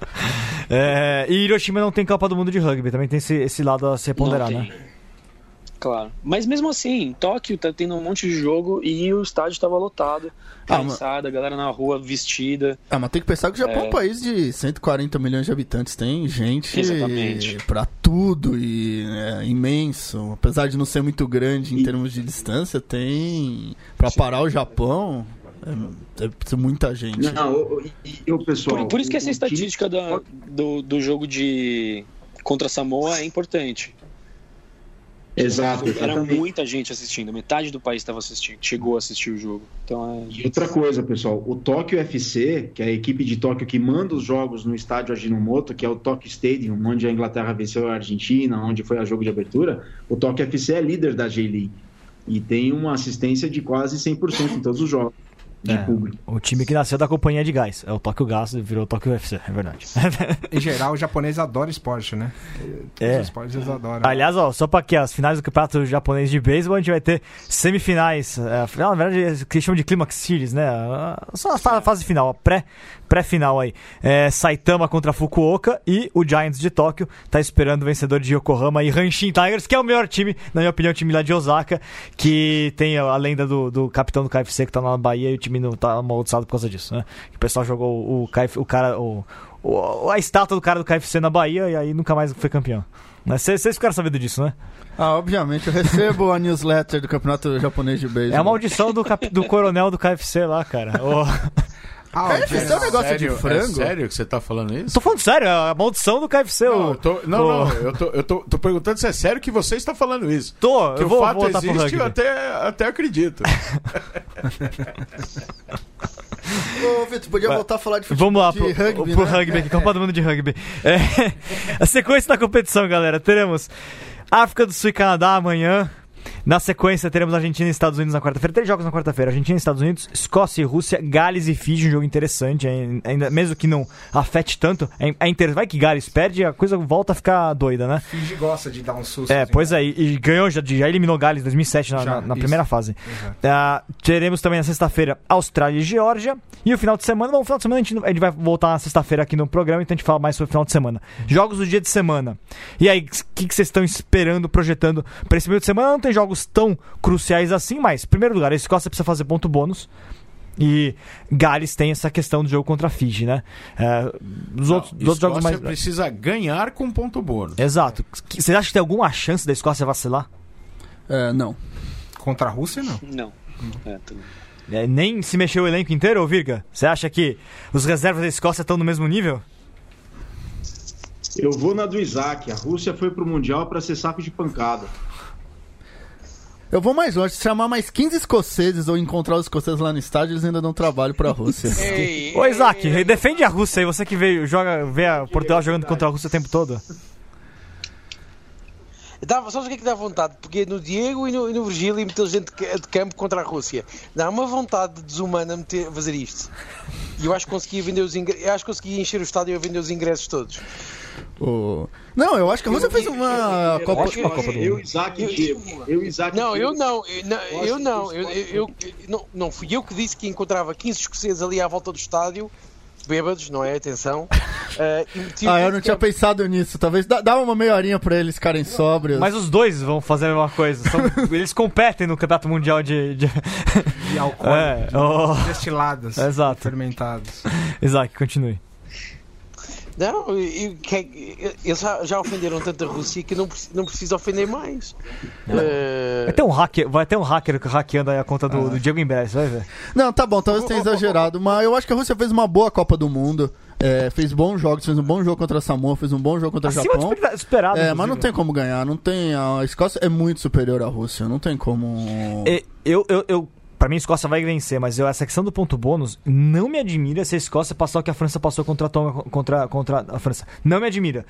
E Hiroshima não tem Copa do Mundo de rugby, também tem esse lado a se ponderar, né?
Claro. Mas mesmo assim, em Tóquio tá tendo um monte de jogo e o estádio estava lotado. A galera na rua vestida.
Mas tem que pensar que o Japão é um país de 140 milhões de habitantes. Tem gente pra tudo e é imenso. Apesar de não ser muito grande em termos de distância, tem... Pra parar o Japão... Deve ser muita gente.
Pessoal,
por isso que essa estatística do jogo contra Samoa é importante.
Exato.
Era muita gente assistindo, metade do país estava assistindo, chegou a assistir o jogo. Então
E outra coisa, pessoal, o Tóquio FC, que é a equipe de Tóquio que manda os jogos no estádio Ajinomoto, que é o Tóquio Stadium, onde a Inglaterra venceu a Argentina, onde foi a jogo de abertura, o Tóquio FC é líder da J-League e tem uma assistência de quase 100% em todos os jogos. Público.
O time que nasceu da companhia de gás. É o Tóquio Gas e virou o Tóquio UFC, é verdade.
Em geral, o japonês adora esporte, né? Os esportes eles adoram.
Aliás, só para que as finais do campeonato japonês de beisebol, a gente vai ter semifinais. Na verdade, que chamam de Climax Series, né? Só a fase final, a pré-final aí. Saitama contra Fukuoka e o Giants de Tóquio tá esperando o vencedor de Yokohama e Hanshin Tigers, que é o melhor time, na minha opinião, o time lá de Osaka, que tem a lenda do capitão do KFC que tá na Bahia e o time não tá amaldiçoado por causa disso, né? O pessoal jogou a estátua do cara do KFC na Bahia e aí nunca mais foi campeão. Vocês ficaram sabendo disso, né?
Obviamente, eu recebo a newsletter do Campeonato Japonês de Beisebol.
É a maldição do coronel do KFC lá, cara.
KFC é um negócio de frango?
É sério que você tá falando isso?
Tô falando sério, a maldição do KFC.
Eu tô perguntando se é sério que você está falando isso. Que
eu
o fato existe, eu até acredito.
Ô, Vitor, podia voltar a falar de futebol.
Vamos lá
de rugby,
pro
né?
rugby aqui, Copa do Mundo de rugby. A sequência da competição, galera. Teremos África do Sul e Canadá amanhã. Na sequência, teremos Argentina e Estados Unidos na quarta-feira. 3 jogos na quarta-feira. Argentina e Estados Unidos, Escócia e Rússia, Gales e Fiji, um jogo interessante. Ainda, mesmo que não afete tanto. Vai que Gales perde, a coisa volta a ficar doida, né?
Fiji gosta de dar um susto.
Pois é. E ganhou, já eliminou Gales em 2007 na primeira fase. Teremos também na sexta-feira Austrália e Geórgia. E o final de semana, a gente vai voltar na sexta-feira aqui no programa, então a gente fala mais sobre o final de semana. Jogos do dia de semana. E aí, o que vocês estão esperando, projetando para esse meio de semana? Não tem jogos tão cruciais assim, mas, em primeiro lugar, a Escócia precisa fazer ponto bônus. E Gales tem essa questão do jogo contra a Fiji, né? Os outros jogos mais...
precisa ganhar com ponto bônus.
Exato. Você acha que tem alguma chance da Escócia vacilar?
Não.
Contra a Rússia, não.
Não.
Nem se mexeu o elenco inteiro, Virga? Você acha que os reservas da Escócia estão no mesmo nível?
Eu vou na do Isaac. A Rússia foi pro Mundial para ser saco de pancada.
Eu vou mais longe. Se chamar mais 15 escoceses ou encontrar os escoceses lá no estádio, eles ainda dão trabalho pra Rússia.
Ô, Isaac, defende a Rússia aí. Você que vê a Portugal jogando contra a Rússia o tempo todo.
Só o que dá vontade? Porque no Diego e no Virgílio metê-los dentro de campo contra a Rússia. Dá uma vontade desumana fazer isto. E eu acho que conseguia vender conseguia encher o estádio e vender os ingressos todos.
Não, eu acho que a Rússia fez uma Copa do Mundo.
Eu, Isaac e Diego.
Não, não fui eu que disse que encontrava 15 escoceses ali à volta do estádio, bêbados, não é? Atenção.
Eu não tinha pensado nisso. Talvez dá uma meia horinha pra eles ficarem sóbrios.
Mas os dois vão fazer a mesma coisa. Eles competem no Campeonato Mundial de
álcool, destilados,
exato.
Fermentados.
Exato, continue.
Não, eles já ofenderam tanto a Rússia que não precisa ofender mais.
Vai ter um hacker hackeando aí a conta do Diego em breve, você vai ver.
Não, tá bom, talvez tenha exagerado, mas eu acho que a Rússia fez uma boa Copa do Mundo. Fez bons jogos, fez um bom jogo contra a Samoa, fez um bom jogo contra o Japão.
Esperado,
mas não tem como ganhar, a Escócia é muito superior à Rússia, não tem como...
Pra mim, a Escócia vai vencer, mas essa questão do ponto bônus não me admira se a Escócia passar o que a França passou contra a França. Não me admira.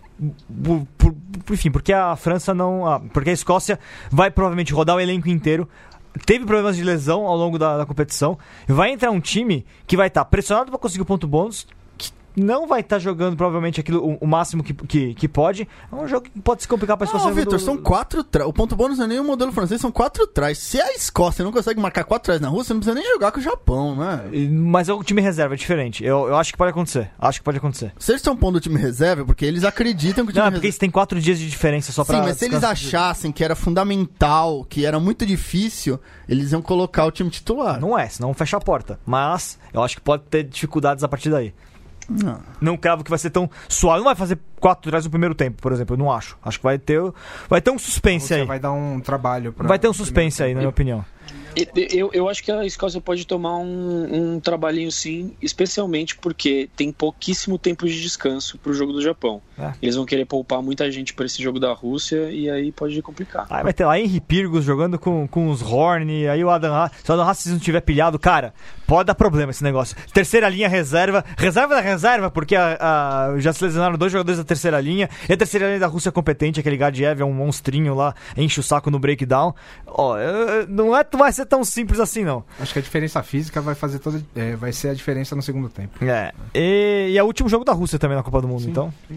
Enfim, porque a França não... porque a Escócia vai provavelmente rodar o elenco inteiro. Teve problemas de lesão ao longo da competição. Vai entrar um time que vai estar pressionado para conseguir o ponto bônus, não vai estar jogando provavelmente aquilo o máximo que pode. É um jogo que pode se complicar para a Escócia.
Não, Vitor, são 4 trás. O ponto bônus não é nem o modelo francês, são 4 trás. Se a Escócia não consegue marcar 4 trás na Rússia, não precisa nem jogar com o Japão, né?
Mas o time reserva é diferente. Eu acho que pode acontecer.
Se eles estão pondo o time reserva, porque eles acreditam que o time
reserva... porque eles têm 4 dias de diferença só pra...
Sim, mas se eles achassem que era fundamental, que era muito difícil, eles iam colocar o time titular.
Não é, senão fecha a porta. Mas eu acho que pode ter dificuldades a partir daí. Não cravo que vai ser tão suave. Não vai fazer 4 trás no primeiro tempo, por exemplo. Eu não acho. Acho que vai ter um suspense aí.
Vai dar um trabalho
vai ter um suspense aí, na minha opinião.
Eu acho que a Escócia pode tomar um trabalhinho sim, especialmente porque tem pouquíssimo tempo de descanso pro jogo do Japão. Eles vão querer poupar muita gente para esse jogo da Rússia e aí pode complicar.
Aí vai ter lá Henry Pyrgos jogando com os Horn, aí o Adam Haas. Se o Adam Haas não tiver pilhado, cara, pode dar problema esse negócio. Terceira linha reserva da reserva, porque já se lesionaram 2 jogadores da terceira linha, e a terceira linha da Rússia é competente, aquele Gadiev é um monstrinho lá, enche o saco no breakdown. Não vai ser tão simples assim, não.
Acho que a diferença física vai fazer vai ser a diferença no segundo tempo.
E é o último jogo da Rússia também na Copa do Mundo, sim, então. Sim.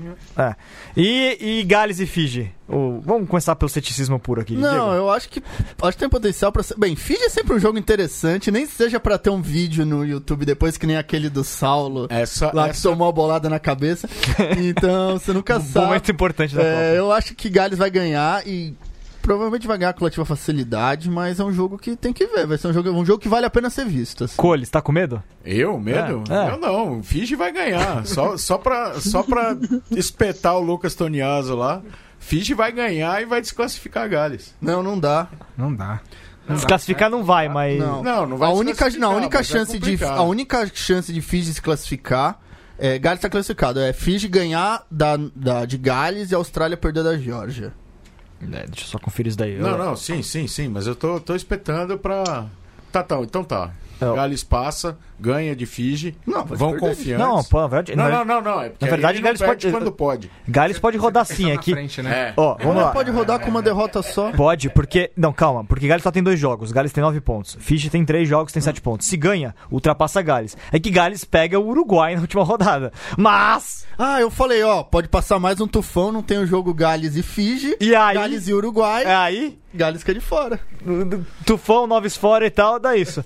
E Gales e Fiji. Vamos começar pelo ceticismo puro aqui.
Não,
Diego.
eu acho que tem potencial pra ser... Bem, Fiji é sempre um jogo interessante, nem seja pra ter um vídeo no YouTube depois que nem aquele do Saulo, que tomou a bolada na cabeça. Então, você nunca sabe.
Momento importante da Copa.
Eu acho que Gales vai ganhar e provavelmente vai ganhar com relativa facilidade, mas é um jogo que tem que ver. Vai ser um jogo que vale a pena ser visto. Assim.
Coles, tá com medo?
Eu? Medo? Eu não. Fiji vai ganhar. Só pra espetar o Lucas Toniaso lá. Fiji vai ganhar e vai desclassificar a Gales.
Não dá.
Desclassificar não vai, mas...
Não vai
a única chance de Fiji se classificar Gales tá classificado. Fiji ganhar de Gales e a Austrália perder da Geórgia.
Deixa eu só conferir isso daí.
Não, sim, mas eu tô espetando pra... Então tá. Gales passa, ganha de Fiji, vão confiantes.
Não, na verdade...
Não.
É na verdade, Gales pode...
quando pode.
Gales pode rodar sim aqui.
Frente, né?
Vamos lá.
Pode rodar com uma derrota só.
Pode, porque... Não, calma. Porque Gales só tem 2 jogos. Gales tem 9 pontos. Fiji tem 3 jogos, tem 7 pontos. Se ganha, ultrapassa Gales. É que Gales pega o Uruguai na última rodada. Mas...
eu falei, pode passar mais um tufão, não tem o jogo Gales e Fiji.
E aí?
Gales e Uruguai.
Aí...
Gales fica de fora.
Tufão, 9 fora e tal, dá isso.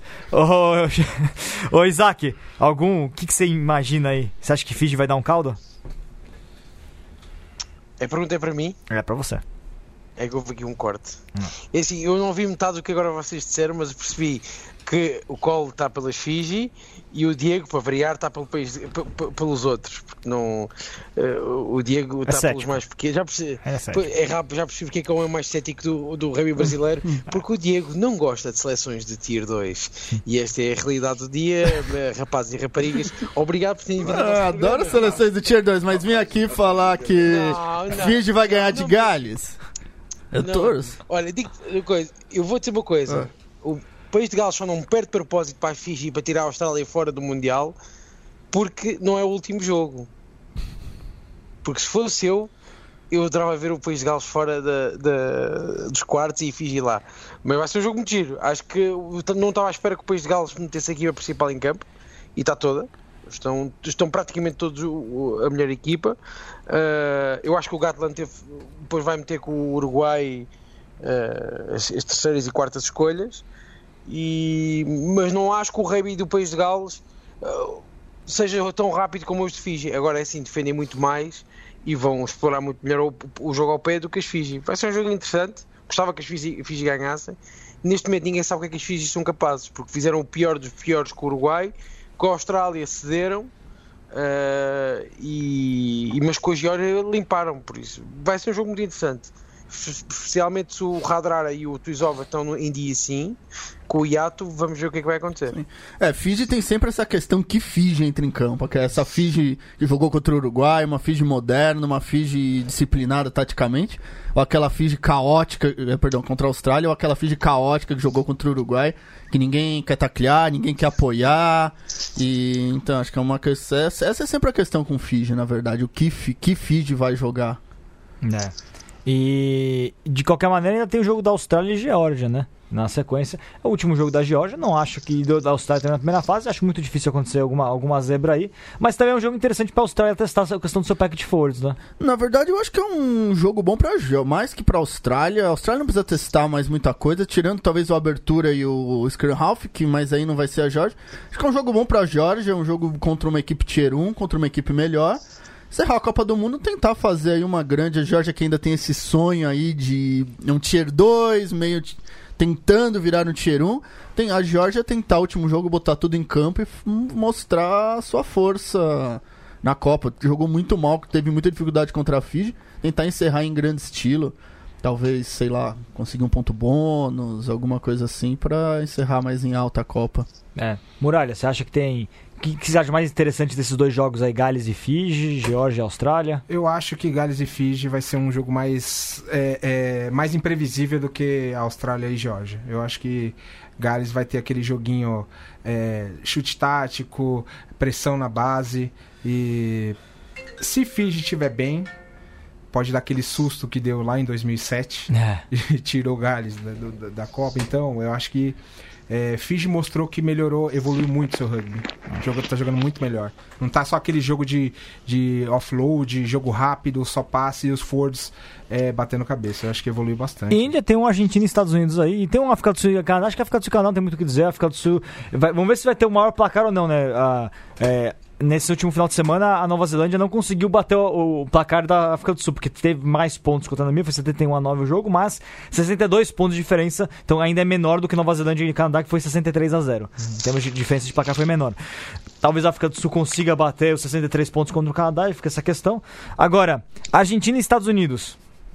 Ô Isaac, o que você imagina aí? Você acha que Fiji vai dar um caldo?
A pergunta é para mim?
É para você.
É que houve aqui um corte. É assim, eu não ouvi metade do que agora vocês disseram, mas percebi porque o Cole está pelas Fiji e o Diego, para variar, está pelos outros. Porque não, o Diego está pelos mais pequenos. É rápido, já percebi porque é que é o mais cético do rugby brasileiro, porque o Diego não gosta de seleções de Tier 2. E esta é a realidade do dia, rapazes e raparigas. Obrigado por terem vindo.
Adoro seleções de Tier 2, mas vim aqui falar que Fiji vai ganhar de Gales. Eu torço.
Olha, eu vou dizer uma coisa. O País de Gales só não perde propósito para a Fiji para tirar a Austrália fora do Mundial porque não é o último jogo. Porque se fosse eu adorava ver o País de Gales fora dos quartos e Fiji lá. Mas vai ser um jogo muito giro. Acho que não estava à espera que o País de Gales metesse a equipa principal em campo e está toda. Estão praticamente todos a melhor equipa. Eu acho que o Gatland depois vai meter com o Uruguai as terceiras e quartas escolhas. Mas não acho que o rugby do País de Gales seja tão rápido como os de Fiji. Agora é assim, defendem muito mais e vão explorar muito melhor o jogo ao pé do que as Fiji. Vai ser um jogo interessante. Gostava que as Fiji ganhassem. Neste momento ninguém sabe o que é que as Fiji são capazes, porque fizeram o pior dos piores com o Uruguai, com a Austrália cederam, mas com a Geórgia limparam. Por isso vai ser um jogo muito interessante, especialmente se o Radara e o Tuizova estão em dia sim. Com o hiato, vamos ver o que é que vai acontecer.
Sim. Fiji tem sempre essa questão que Fiji entra em campo, que é essa Fiji que jogou contra o Uruguai, uma Fiji moderna, uma Fiji disciplinada taticamente, ou aquela Fiji caótica, contra a Austrália, ou aquela Fiji caótica que jogou contra o Uruguai, que ninguém quer taclear, ninguém quer apoiar, e então acho que é uma questão, essa é sempre a questão com Fiji, na verdade, o que Fiji vai jogar.
E de qualquer maneira ainda tem o jogo da Austrália e Geórgia, né? Na sequência, é o último jogo da Geórgia. Não acho que da Austrália tenha na primeira fase. Acho muito difícil acontecer alguma zebra aí. Mas também é um jogo interessante para a Austrália testar a questão do seu packet forwards, né?
Na verdade, eu acho que é um jogo bom para a Geórgia, mais que para a Austrália. A Austrália não precisa testar mais muita coisa, tirando talvez o Abertura e o Scrum Half, mas aí não vai ser a Geórgia. Acho que é um jogo bom para a Geórgia, é um jogo contra uma equipe Tier 1, contra uma equipe melhor. Encerrar a Copa do Mundo, tentar fazer aí uma grande... A Geórgia que ainda tem esse sonho aí de um Tier 2, meio... tentando virar um Tier 1, tem a Geórgia tentar o último jogo, botar tudo em campo e mostrar a sua força na Copa. Jogou muito mal, teve muita dificuldade contra a Fiji, tentar encerrar em grande estilo, talvez, sei lá, conseguir um ponto bônus, alguma coisa assim, pra encerrar mais em alta a Copa.
Muralha, você acha que tem... O que você acha mais interessante desses dois jogos aí, Gales e Fiji, Geórgia e Austrália?
Eu acho que Gales e Fiji vai ser um jogo mais imprevisível do que a Austrália e Geórgia. Eu acho que Gales vai ter aquele joguinho chute tático, pressão na base, e se Fiji estiver bem, pode dar aquele susto que deu lá em 2007 e tirou Gales da Copa. Então eu acho que Fiji mostrou que evoluiu muito seu rugby. O jogo tá jogando muito melhor. Não tá só aquele jogo de offload, jogo rápido, só passe e os forwards batendo cabeça. Eu acho que evoluiu bastante.
E ainda tem um Argentina e Estados Unidos aí. E tem um África do Sul e Canadá. Acho que a África do Sul e Canadá não tem muito o que dizer. A África do Sul... vamos ver se vai ter o maior placar ou não, né? Nesse último final de semana, a Nova Zelândia não conseguiu bater o placar da África do Sul, porque teve mais pontos contra a Namíbia, foi 71-9 o jogo, mas 62 pontos de diferença, então ainda é menor do que Nova Zelândia e Canadá, que foi 63-0. Em termos de diferença de placar foi menor. Talvez a África do Sul consiga bater os 63 pontos contra o Canadá, e fica essa questão. Agora, Argentina e Estados Unidos.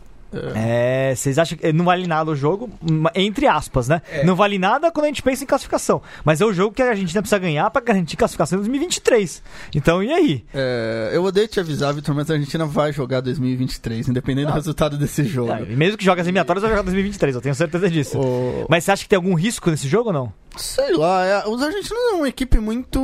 Vocês acham que não vale nada o jogo? Entre aspas, né? Não vale nada quando a gente pensa em classificação. Mas é o jogo que a Argentina precisa ganhar pra garantir classificação em 2023. Então, e aí?
Eu odeio te avisar, Vitor, mas a Argentina vai jogar 2023, independente do resultado desse jogo.
Mesmo que jogue as eliminatórias, vai jogar 2023, eu tenho certeza disso. Mas você acha que tem algum risco nesse jogo ou não?
Sei lá, os argentinos são uma equipe muito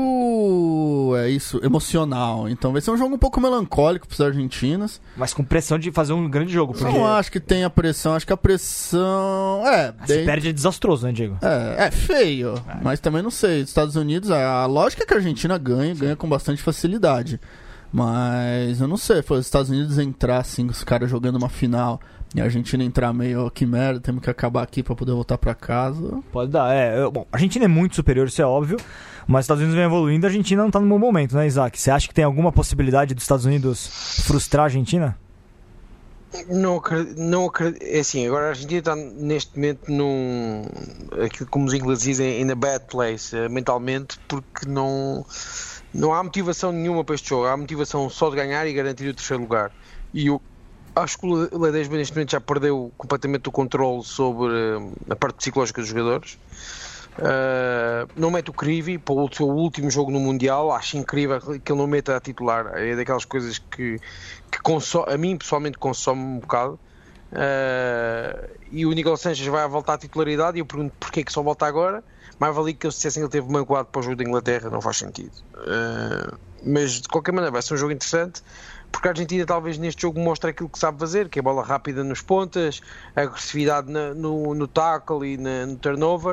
emocional, então vai ser um jogo um pouco melancólico pros argentinos.
Mas com pressão de fazer um grande jogo.
Porque... Não acho que tenha pressão, acho que a pressão...
Se perde é desastroso, né, Diego?
É feio, mas também não sei. Os Estados Unidos, a lógica é que a Argentina ganha com bastante facilidade. Mas eu não sei, foi os Estados Unidos entrar assim, os caras jogando uma final... E a Argentina entrar meio, que merda, temos que acabar aqui pra poder voltar pra casa.
Pode dar, bom, a Argentina é muito superior, isso é óbvio, mas os Estados Unidos vem evoluindo, a Argentina não tá no bom momento, né, Isaac? Você acha que tem alguma possibilidade dos Estados Unidos frustrar a Argentina?
Não acredito. É assim, agora a Argentina está neste momento aquilo como os ingleses dizem, in a bad place, mentalmente, porque não há motivação nenhuma para este jogo. Há motivação só de ganhar e garantir o terceiro lugar. E eu acho que o Ledesma neste momento já perdeu completamente o controle sobre a parte psicológica dos jogadores. Não mete o Crivi para o seu último jogo no Mundial. Acho incrível que ele não meta a titular. É daquelas coisas que a mim pessoalmente consome um bocado. E o Nicolas Sanchez vai voltar à titularidade e eu pergunto porquê que só volta agora. Mais valia que eles dissessem que ele teve magoado para o jogo da Inglaterra. Não faz sentido. Mas de qualquer maneira vai ser um jogo interessante, porque a Argentina talvez neste jogo mostre aquilo que sabe fazer, que é bola rápida nos pontas, a agressividade no tackle e no turnover.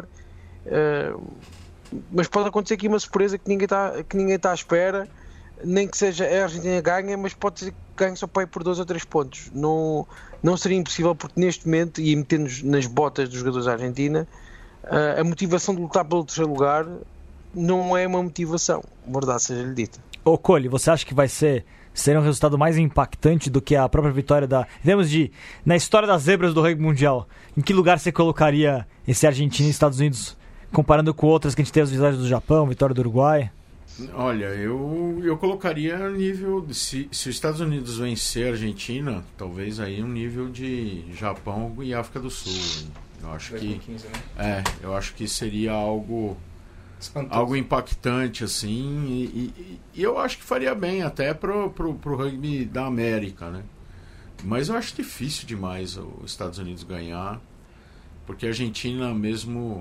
Mas pode acontecer aqui uma surpresa que ninguém está à espera, nem que seja a Argentina ganha, mas pode ser que ganhe só para ir por 2 ou 3 pontos. Não seria impossível, porque neste momento, e metendo-nos nas botas dos jogadores da Argentina, a motivação de lutar pelo terceiro lugar não é uma motivação, verdade seja-lhe dita.
Ô Cole, você acha que vai ser um resultado mais impactante do que a própria vitória na história das zebras do rugby mundial? Em que lugar você colocaria esse Argentina e Estados Unidos, comparando com outras que a gente teve, as vitórias do Japão, vitória do Uruguai?
Olha, eu colocaria nível, se os Estados Unidos vencer a Argentina, talvez aí um nível de Japão e África do Sul. Eu acho 2015, né? Eu acho que seria algo impactante, assim, e eu acho que faria bem até pro rugby da América, né? Mas eu acho difícil demais os Estados Unidos ganhar, porque a Argentina, mesmo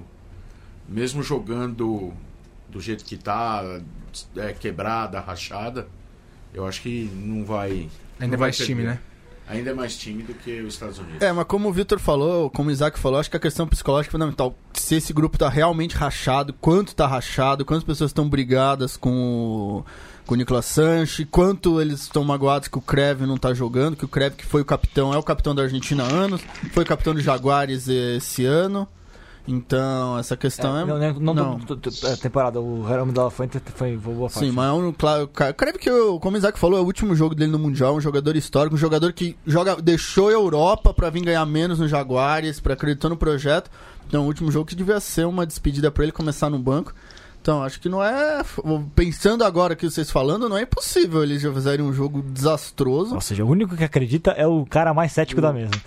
jogando do jeito que tá, quebrada, rachada, eu acho que não vai...
Ainda mais time, né?
Ainda é mais time do que os Estados Unidos.
Mas como o Vitor falou, como o Isaac falou, acho que a questão psicológica é fundamental. Se esse grupo tá realmente rachado, quantas pessoas estão brigadas com o Nicolas Sanchez, quanto eles estão magoados que o Creve não tá jogando, que o Creve, que foi o capitão, é o capitão da Argentina há anos, foi capitão do Jaguares esse ano. Então, essa questão
não. Temporada, o Ramo da Fuente foi boa parte.
Sim, mas creio que, como o Isaac falou, é o último jogo dele no Mundial, um jogador histórico, um jogador que deixou a Europa pra vir ganhar menos no Jaguares, acreditou no projeto. Então, o último jogo que devia ser uma despedida pra ele começar no banco. Então, acho que não é... Pensando agora que vocês falando, não é impossível eles já fizerem um jogo desastroso.
Ou seja, o único que acredita é o cara mais cético da mesa.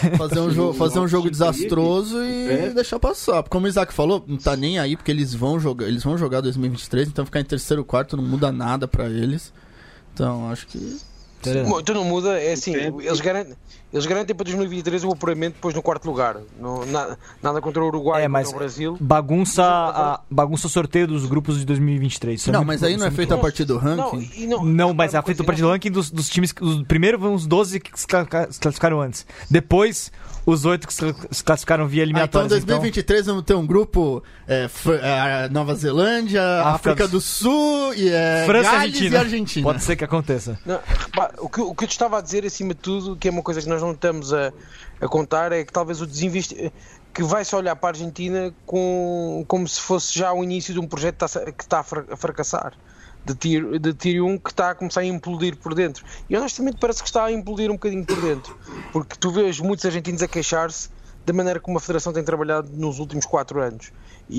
Fazer um jogo desastroso e deixar passar. Como o Isaac falou, não tá nem aí, porque eles vão jogar 2023, então ficar em terceiro, quarto não muda nada pra eles. Então, acho que...
Então não muda, é assim, eles garantem para 2023 o apuramento depois no quarto lugar. Nada contra o Uruguai, contra o Brasil.
Bagunça o sorteio dos grupos de 2023.
Mas aí não é feito a partir do ranking?
Não, mas é feito a partir do ranking dos times. Primeiro vão os 12 que se classificaram antes. Depois, os 8 que se classificaram via eliminatórias.
Então, 2023 vamos ter um grupo Nova Zelândia, África do Sul e
França,
Gales e Argentina.
Pode ser que aconteça.
O que eu te estava a dizer, acima de tudo, que é uma coisa que nós não estamos a contar, é que talvez o desinvestimento, que vai-se olhar para a Argentina como se fosse já o início de um projeto que está a fracassar, de Tier 1, que está a começar a implodir por dentro. E honestamente parece que está a implodir um bocadinho por dentro, porque tu vês muitos argentinos a queixar-se da maneira como a Federação tem trabalhado nos últimos 4 anos.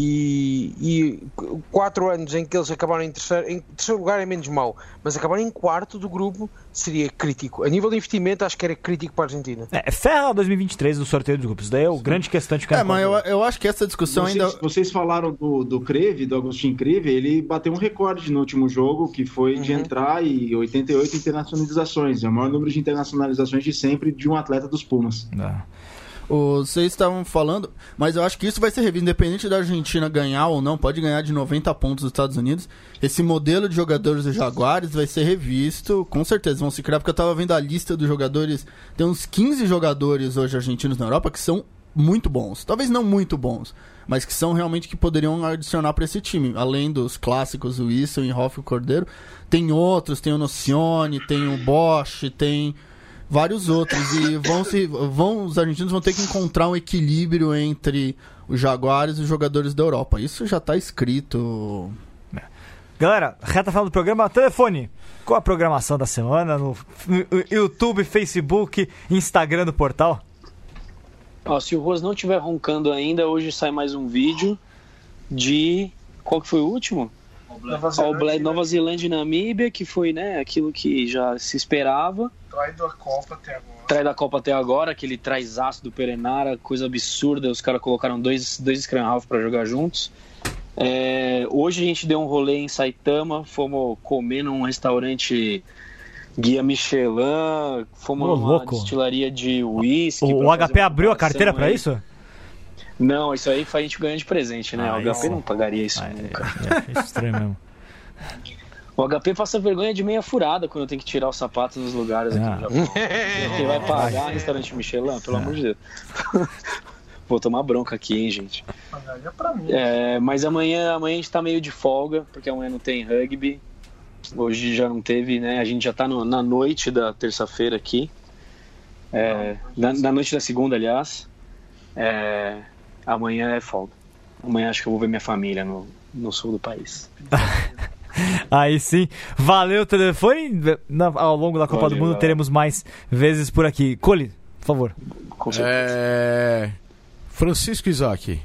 E 4 anos em que eles acabaram em terceiro lugar é menos mau, mas acabaram em quarto do grupo seria crítico. A nível de investimento, acho que era crítico para a Argentina.
Ferra 2023 do sorteio dos grupos. Isso daí é o grande questão de cada
mas eu acho que essa discussão
Vocês falaram do Creve, do Agustin Creve, ele bateu um recorde no último jogo, que foi de entrar em 88 internacionalizações. É o maior número de internacionalizações de sempre de um atleta dos Pumas.
Vocês estavam falando, mas eu acho que isso vai ser revisto, independente da Argentina ganhar ou não, pode ganhar de 90 pontos dos Estados Unidos. Esse modelo de jogadores dos Jaguares vai ser revisto, com certeza vão se criar, porque eu estava vendo a lista dos jogadores, tem uns 15 jogadores hoje argentinos na Europa que são muito bons, talvez não muito bons, mas que são realmente que poderiam adicionar para esse time, além dos clássicos, o Wilson e Rolf Cordeiro, tem outros, tem o Nocione, tem o Bosch, tem... vários outros, e os argentinos vão ter que encontrar um equilíbrio entre os Jaguares e os jogadores da Europa. Isso já está escrito.
Galera, reta final do programa, telefone. Qual a programação da semana no YouTube, Facebook, Instagram do portal?
Se o Rose não estiver roncando ainda, hoje sai mais um vídeo de... Qual que foi o último? Nova Zelândia e Namíbia, que foi, né, aquilo que já se esperava. Trai da Copa até agora, aquele traizaço do Perenara, coisa absurda. Os caras colocaram dois scrum half para jogar juntos. Hoje a gente deu um rolê em Saitama, fomos comer num restaurante Guia Michelin, fomos numa destilaria de uísque.
O HP abriu a carteira para isso?
Não, isso aí a gente ganha de presente, né? O HP não pagaria isso nunca.
É estranho mesmo.
O HP passa vergonha de meia furada quando tem que tirar os sapatos dos lugares aqui no Japão. Ele vai pagar restaurante Michelin, pelo amor de Deus. Vou tomar bronca aqui, hein, gente. Mas amanhã a gente tá meio de folga, porque amanhã não tem rugby. Hoje já não teve, né? A gente já tá na noite da terça-feira aqui. Na noite da segunda, aliás. Amanhã é folga. Amanhã acho que eu vou ver minha família no sul do país.
Aí sim. Valeu o telefone. Ao longo da Copa do Mundo teremos mais vezes por aqui. Cole, por favor.
Com certeza.
Francisco Isaac.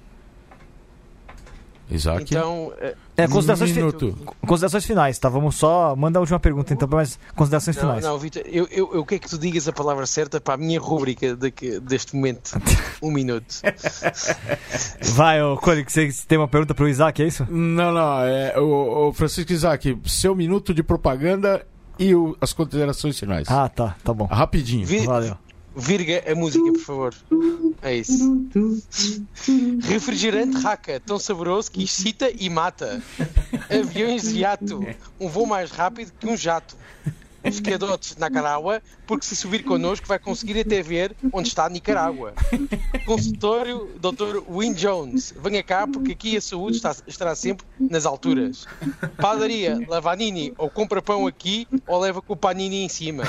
Então...
considerações finais, tá? Vamos só mandar a última pergunta, então, mas considerações finais.
Não, Vitor, eu quero que tu digas a palavra certa para a minha rúbrica deste momento. 1 minuto.
Vai, Cole, que você tem uma pergunta para o Isaac, é isso?
Não, o Francisco Isaac, seu minuto de propaganda e as considerações finais.
Tá bom.
Rapidinho.
Valeu.
Virga a música, por favor. É isso. Refrigerante Raka, tão saboroso que excita e mata. Aviões de jato, um voo mais rápido que um jato. Esquiadores na Nicarágua, porque se subir connosco vai conseguir até ver onde está a Nicarágua. Consultório Dr. Win Jones, venha cá porque aqui a saúde estará sempre nas alturas. Padaria, Lavanini, ou compra pão aqui ou leva com o panini em cima.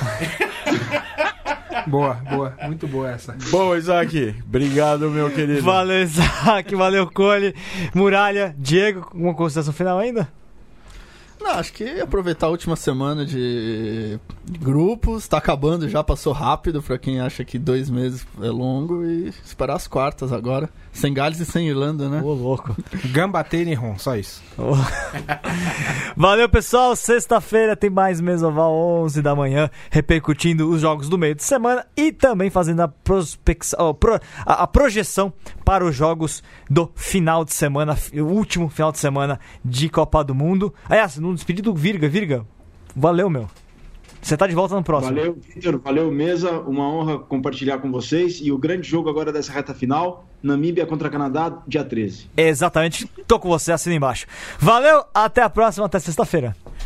Boa, muito boa essa.
Bom, Isaac, obrigado, meu querido.
Valeu, Isaac, valeu, Cole. Muralha, Diego, uma consideração final ainda?
Não, acho que aproveitar a última semana de grupos, tá acabando já, passou rápido pra quem acha que 2 meses é longo, e esperar as quartas agora, sem Gales e sem Irlanda, né?
Ô, louco.
Gambateira e Ron, só isso.
Valeu, pessoal, sexta-feira tem mais Mesoval 11 da manhã, repercutindo os jogos do meio de semana e também fazendo a projeção para os jogos do final de semana, o último final de semana de Copa do Mundo. Aliás, no despedido do Virga, valeu, meu. Você tá de volta no próximo.
Valeu, Vitor, valeu, mesa. Uma honra compartilhar com vocês. E o grande jogo agora dessa reta final, Namíbia contra Canadá, dia 13.
Exatamente, tô com você, assina embaixo. Valeu, até a próxima, até sexta-feira.